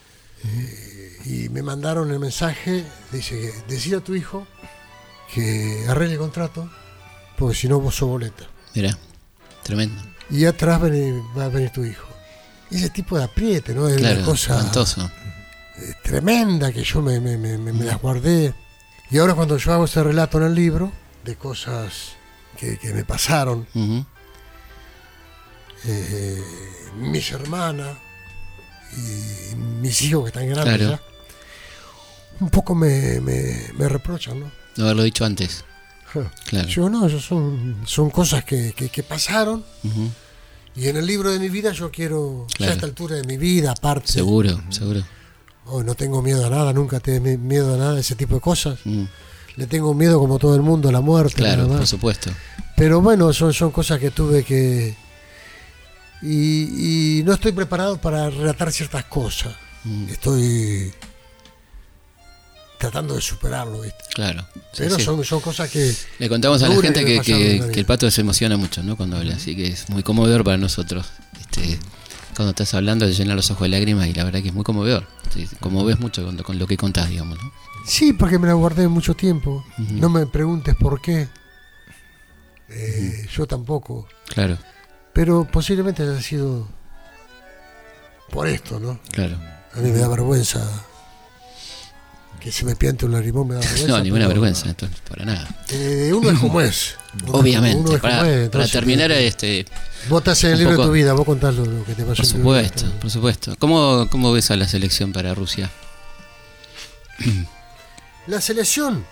Eh, y me mandaron el mensaje, dice, decir a tu hijo que arregle el contrato, porque si no vos sos boleta. Mirá. Tremendo. Y atrás ven- va a venir tu hijo. Y ese tipo de apriete, ¿no? Es Claro. una cosa Espantoso. eh, tremenda que yo me, me, me, me- me las guardé. Y ahora cuando yo hago ese relato en el libro, de cosas que, que me pasaron, Ujú. eh, mis hermanas y mis hijos que están grandes Claro. ya, un poco me, me, me reprochan, ¿no? No haberlo dicho antes. Claro. Yo no, eso son, son cosas que, que, que pasaron. Ujú. Y en el libro de mi vida yo quiero, ya Claro. a esta altura de mi vida, aparte, Seguro, seguro. hoy no tengo miedo a nada, nunca tengo miedo a nada de ese tipo de cosas. Mm. Le tengo miedo, como todo el mundo, a la muerte. Claro, nada más. por supuesto. Pero bueno, son, son cosas que tuve que... Y, y no estoy preparado para relatar ciertas cosas. Mm. Estoy tratando de superarlo, ¿viste? Claro. Sí, Pero sí. Son, son cosas que... Le contamos a la duras gente que me que, pasaron en que- la que vida. el pato se emociona mucho, ¿no? Cuando habla, así que es muy conmovedor para nosotros. Este, cuando estás hablando te llena los ojos de lágrimas y la verdad que es muy conmovedor. Sí, conmoves mucho con, con lo que contás, digamos, ¿no? Sí, porque me la guardé mucho tiempo. Ujú. No me preguntes por qué. Eh, Yo tampoco. Claro, Pero posiblemente haya sido por esto, ¿no? claro. A mí me da vergüenza que se me piante un lagrimón, me da vergüenza. No, ninguna pero, vergüenza, esto, para nada. Eh, uno es como es. Uno Obviamente. uno es para, como es, para entonces, terminar, eh, este, vos estás en el un libro poco- de tu vida, vos contás lo, lo que te pasó. por en tu vida. supuesto, por supuesto. ¿Cómo, ¿Cómo ves a la selección para Rusia? La selección,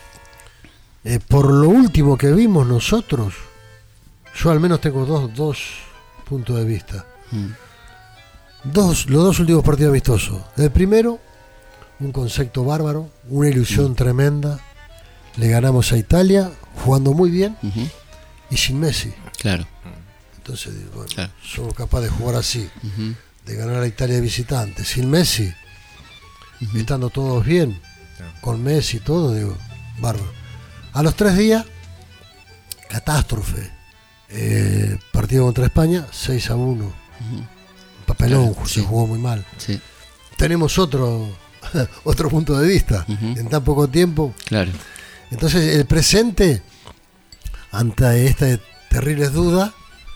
eh, por lo último que vimos nosotros, yo al menos tengo dos, dos puntos de vista. Mm. Dos, los dos últimos partidos amistosos. El primero, un concepto bárbaro, una ilusión tremenda. Le ganamos a Italia, jugando muy bien Ujú. y sin Messi. Claro. Entonces, digo, bueno, Claro. somos capaces de jugar así, Ujú. de ganar a Italia de visitante, sin Messi, estando todos bien, con Messi y todo, digo, bárbaro. A los tres días, catástrofe. Eh, partido contra España, seis a uno. Papelón, Claro, se sí. jugó muy mal. Sí, Tenemos otro, otro punto de vista Ujú. en tan poco tiempo. claro. Entonces, el presente, ante esta terribles dudas,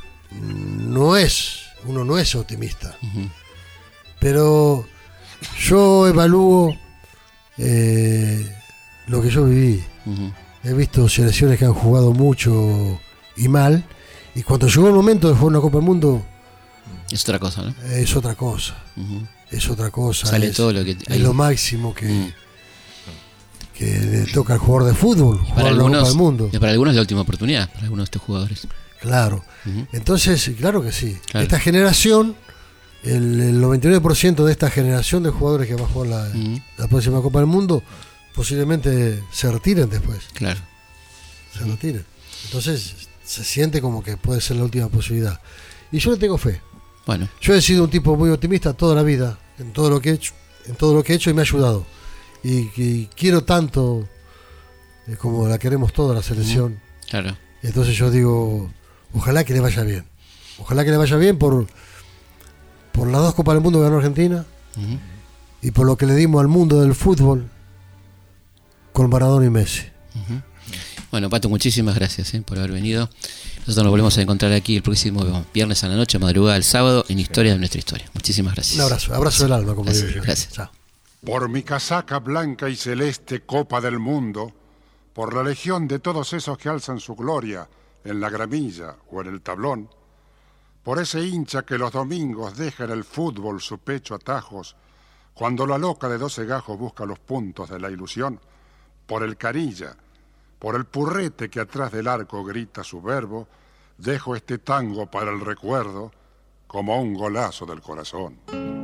no es, uno no es optimista. Ujú. Pero yo evalúo eh, lo que yo viví. Ujú. He visto selecciones que han jugado mucho y mal, y cuando llegó el momento de jugar una Copa del Mundo, Es otra cosa, ¿no? es otra cosa. Ujú. Es otra cosa. Sale es, todo lo que es hay. lo máximo que, Mm. que le toca al jugador de fútbol, jugar Para la Copa algunos, del Mundo. y para algunos es la última oportunidad, para algunos de estos jugadores. Claro. Ujú. Entonces, claro que sí. Claro. Esta generación, el, el noventa y nueve por ciento de esta generación de jugadores que va a jugar la, Ujú. la próxima Copa del Mundo, posiblemente se retiren después. Claro. Se retiren. Entonces, se siente como que puede ser la última posibilidad. Y yo le tengo fe. Bueno, Yo he sido un tipo muy optimista toda la vida, en todo lo que he hecho, en todo lo que he hecho y me ha ayudado. Y, y quiero tanto eh, como la queremos toda la selección. claro. Entonces yo digo, ojalá que le vaya bien. Ojalá que le vaya bien por, por las dos Copas del Mundo que ganó Argentina Ujú. y por lo que le dimos al mundo del fútbol con Maradona y Messi. Ujú. Bueno, Pato, muchísimas gracias eh, por haber venido. Nosotros nos volvemos a encontrar aquí el próximo viernes a la noche, madrugada del sábado, en Historia de nuestra historia. Muchísimas gracias. Un abrazo, abrazo del alma, como Gracias, digo yo. gracias. Chao. Por mi casaca blanca y celeste Copa del Mundo, por la legión de todos esos que alzan su gloria en la gramilla o en el tablón, por ese hincha que los domingos deja en el fútbol su pecho a tajos, cuando la loca de doce gajos busca los puntos de la ilusión, por el Canilla, por el Purrete que atrás del arco grita su verbo, dejo este tango para el recuerdo como un golazo del corazón.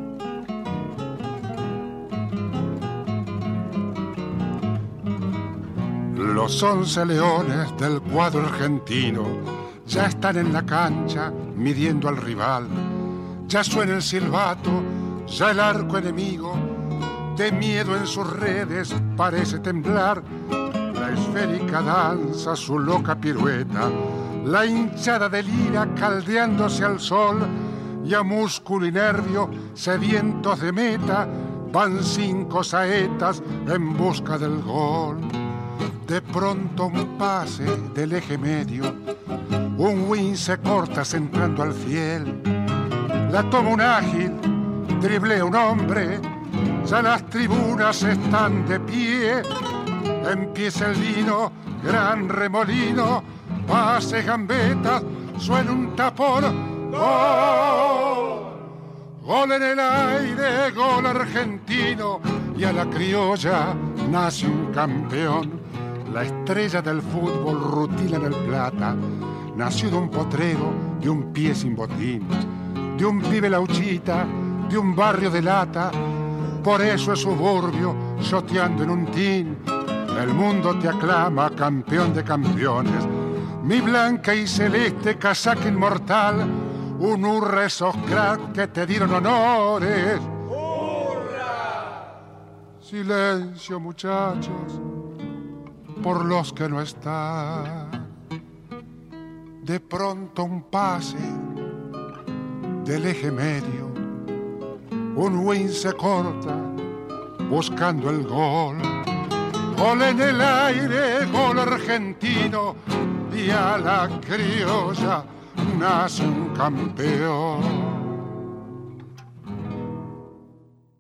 Los once leones del cuadro argentino ya están en la cancha midiendo al rival. Ya suena el silbato, ya el arco enemigo, de miedo en sus redes parece temblar. La esférica danza su loca pirueta, la hinchada delira caldeándose al sol, y a músculo y nervio, sedientos de meta, van cinco saetas en busca del gol. De pronto un pase del eje medio, un win se corta centrando al fiel. La toma un ágil, driblea un hombre, ya las tribunas están de pie. Empieza el lino, gran remolino, pase gambetas, suena un tapón, gol. Gol en el aire, gol argentino, y a la criolla nace un campeón. La estrella del fútbol rutila en el Plata, nació de un potrero, de un pie sin botín, de un pibe lauchita, de un barrio de lata, por eso es suburbio, shoteando en un tin. El mundo te aclama campeón de campeones, mi blanca y celeste casaca inmortal, un hurra esos cracks que te dieron honores. ¡Hurra! Silencio, muchachos, por los que no están. De pronto un pase del eje medio, un win se corta buscando el gol. Gol en el aire, gol argentino, y a la criolla nace un campeón.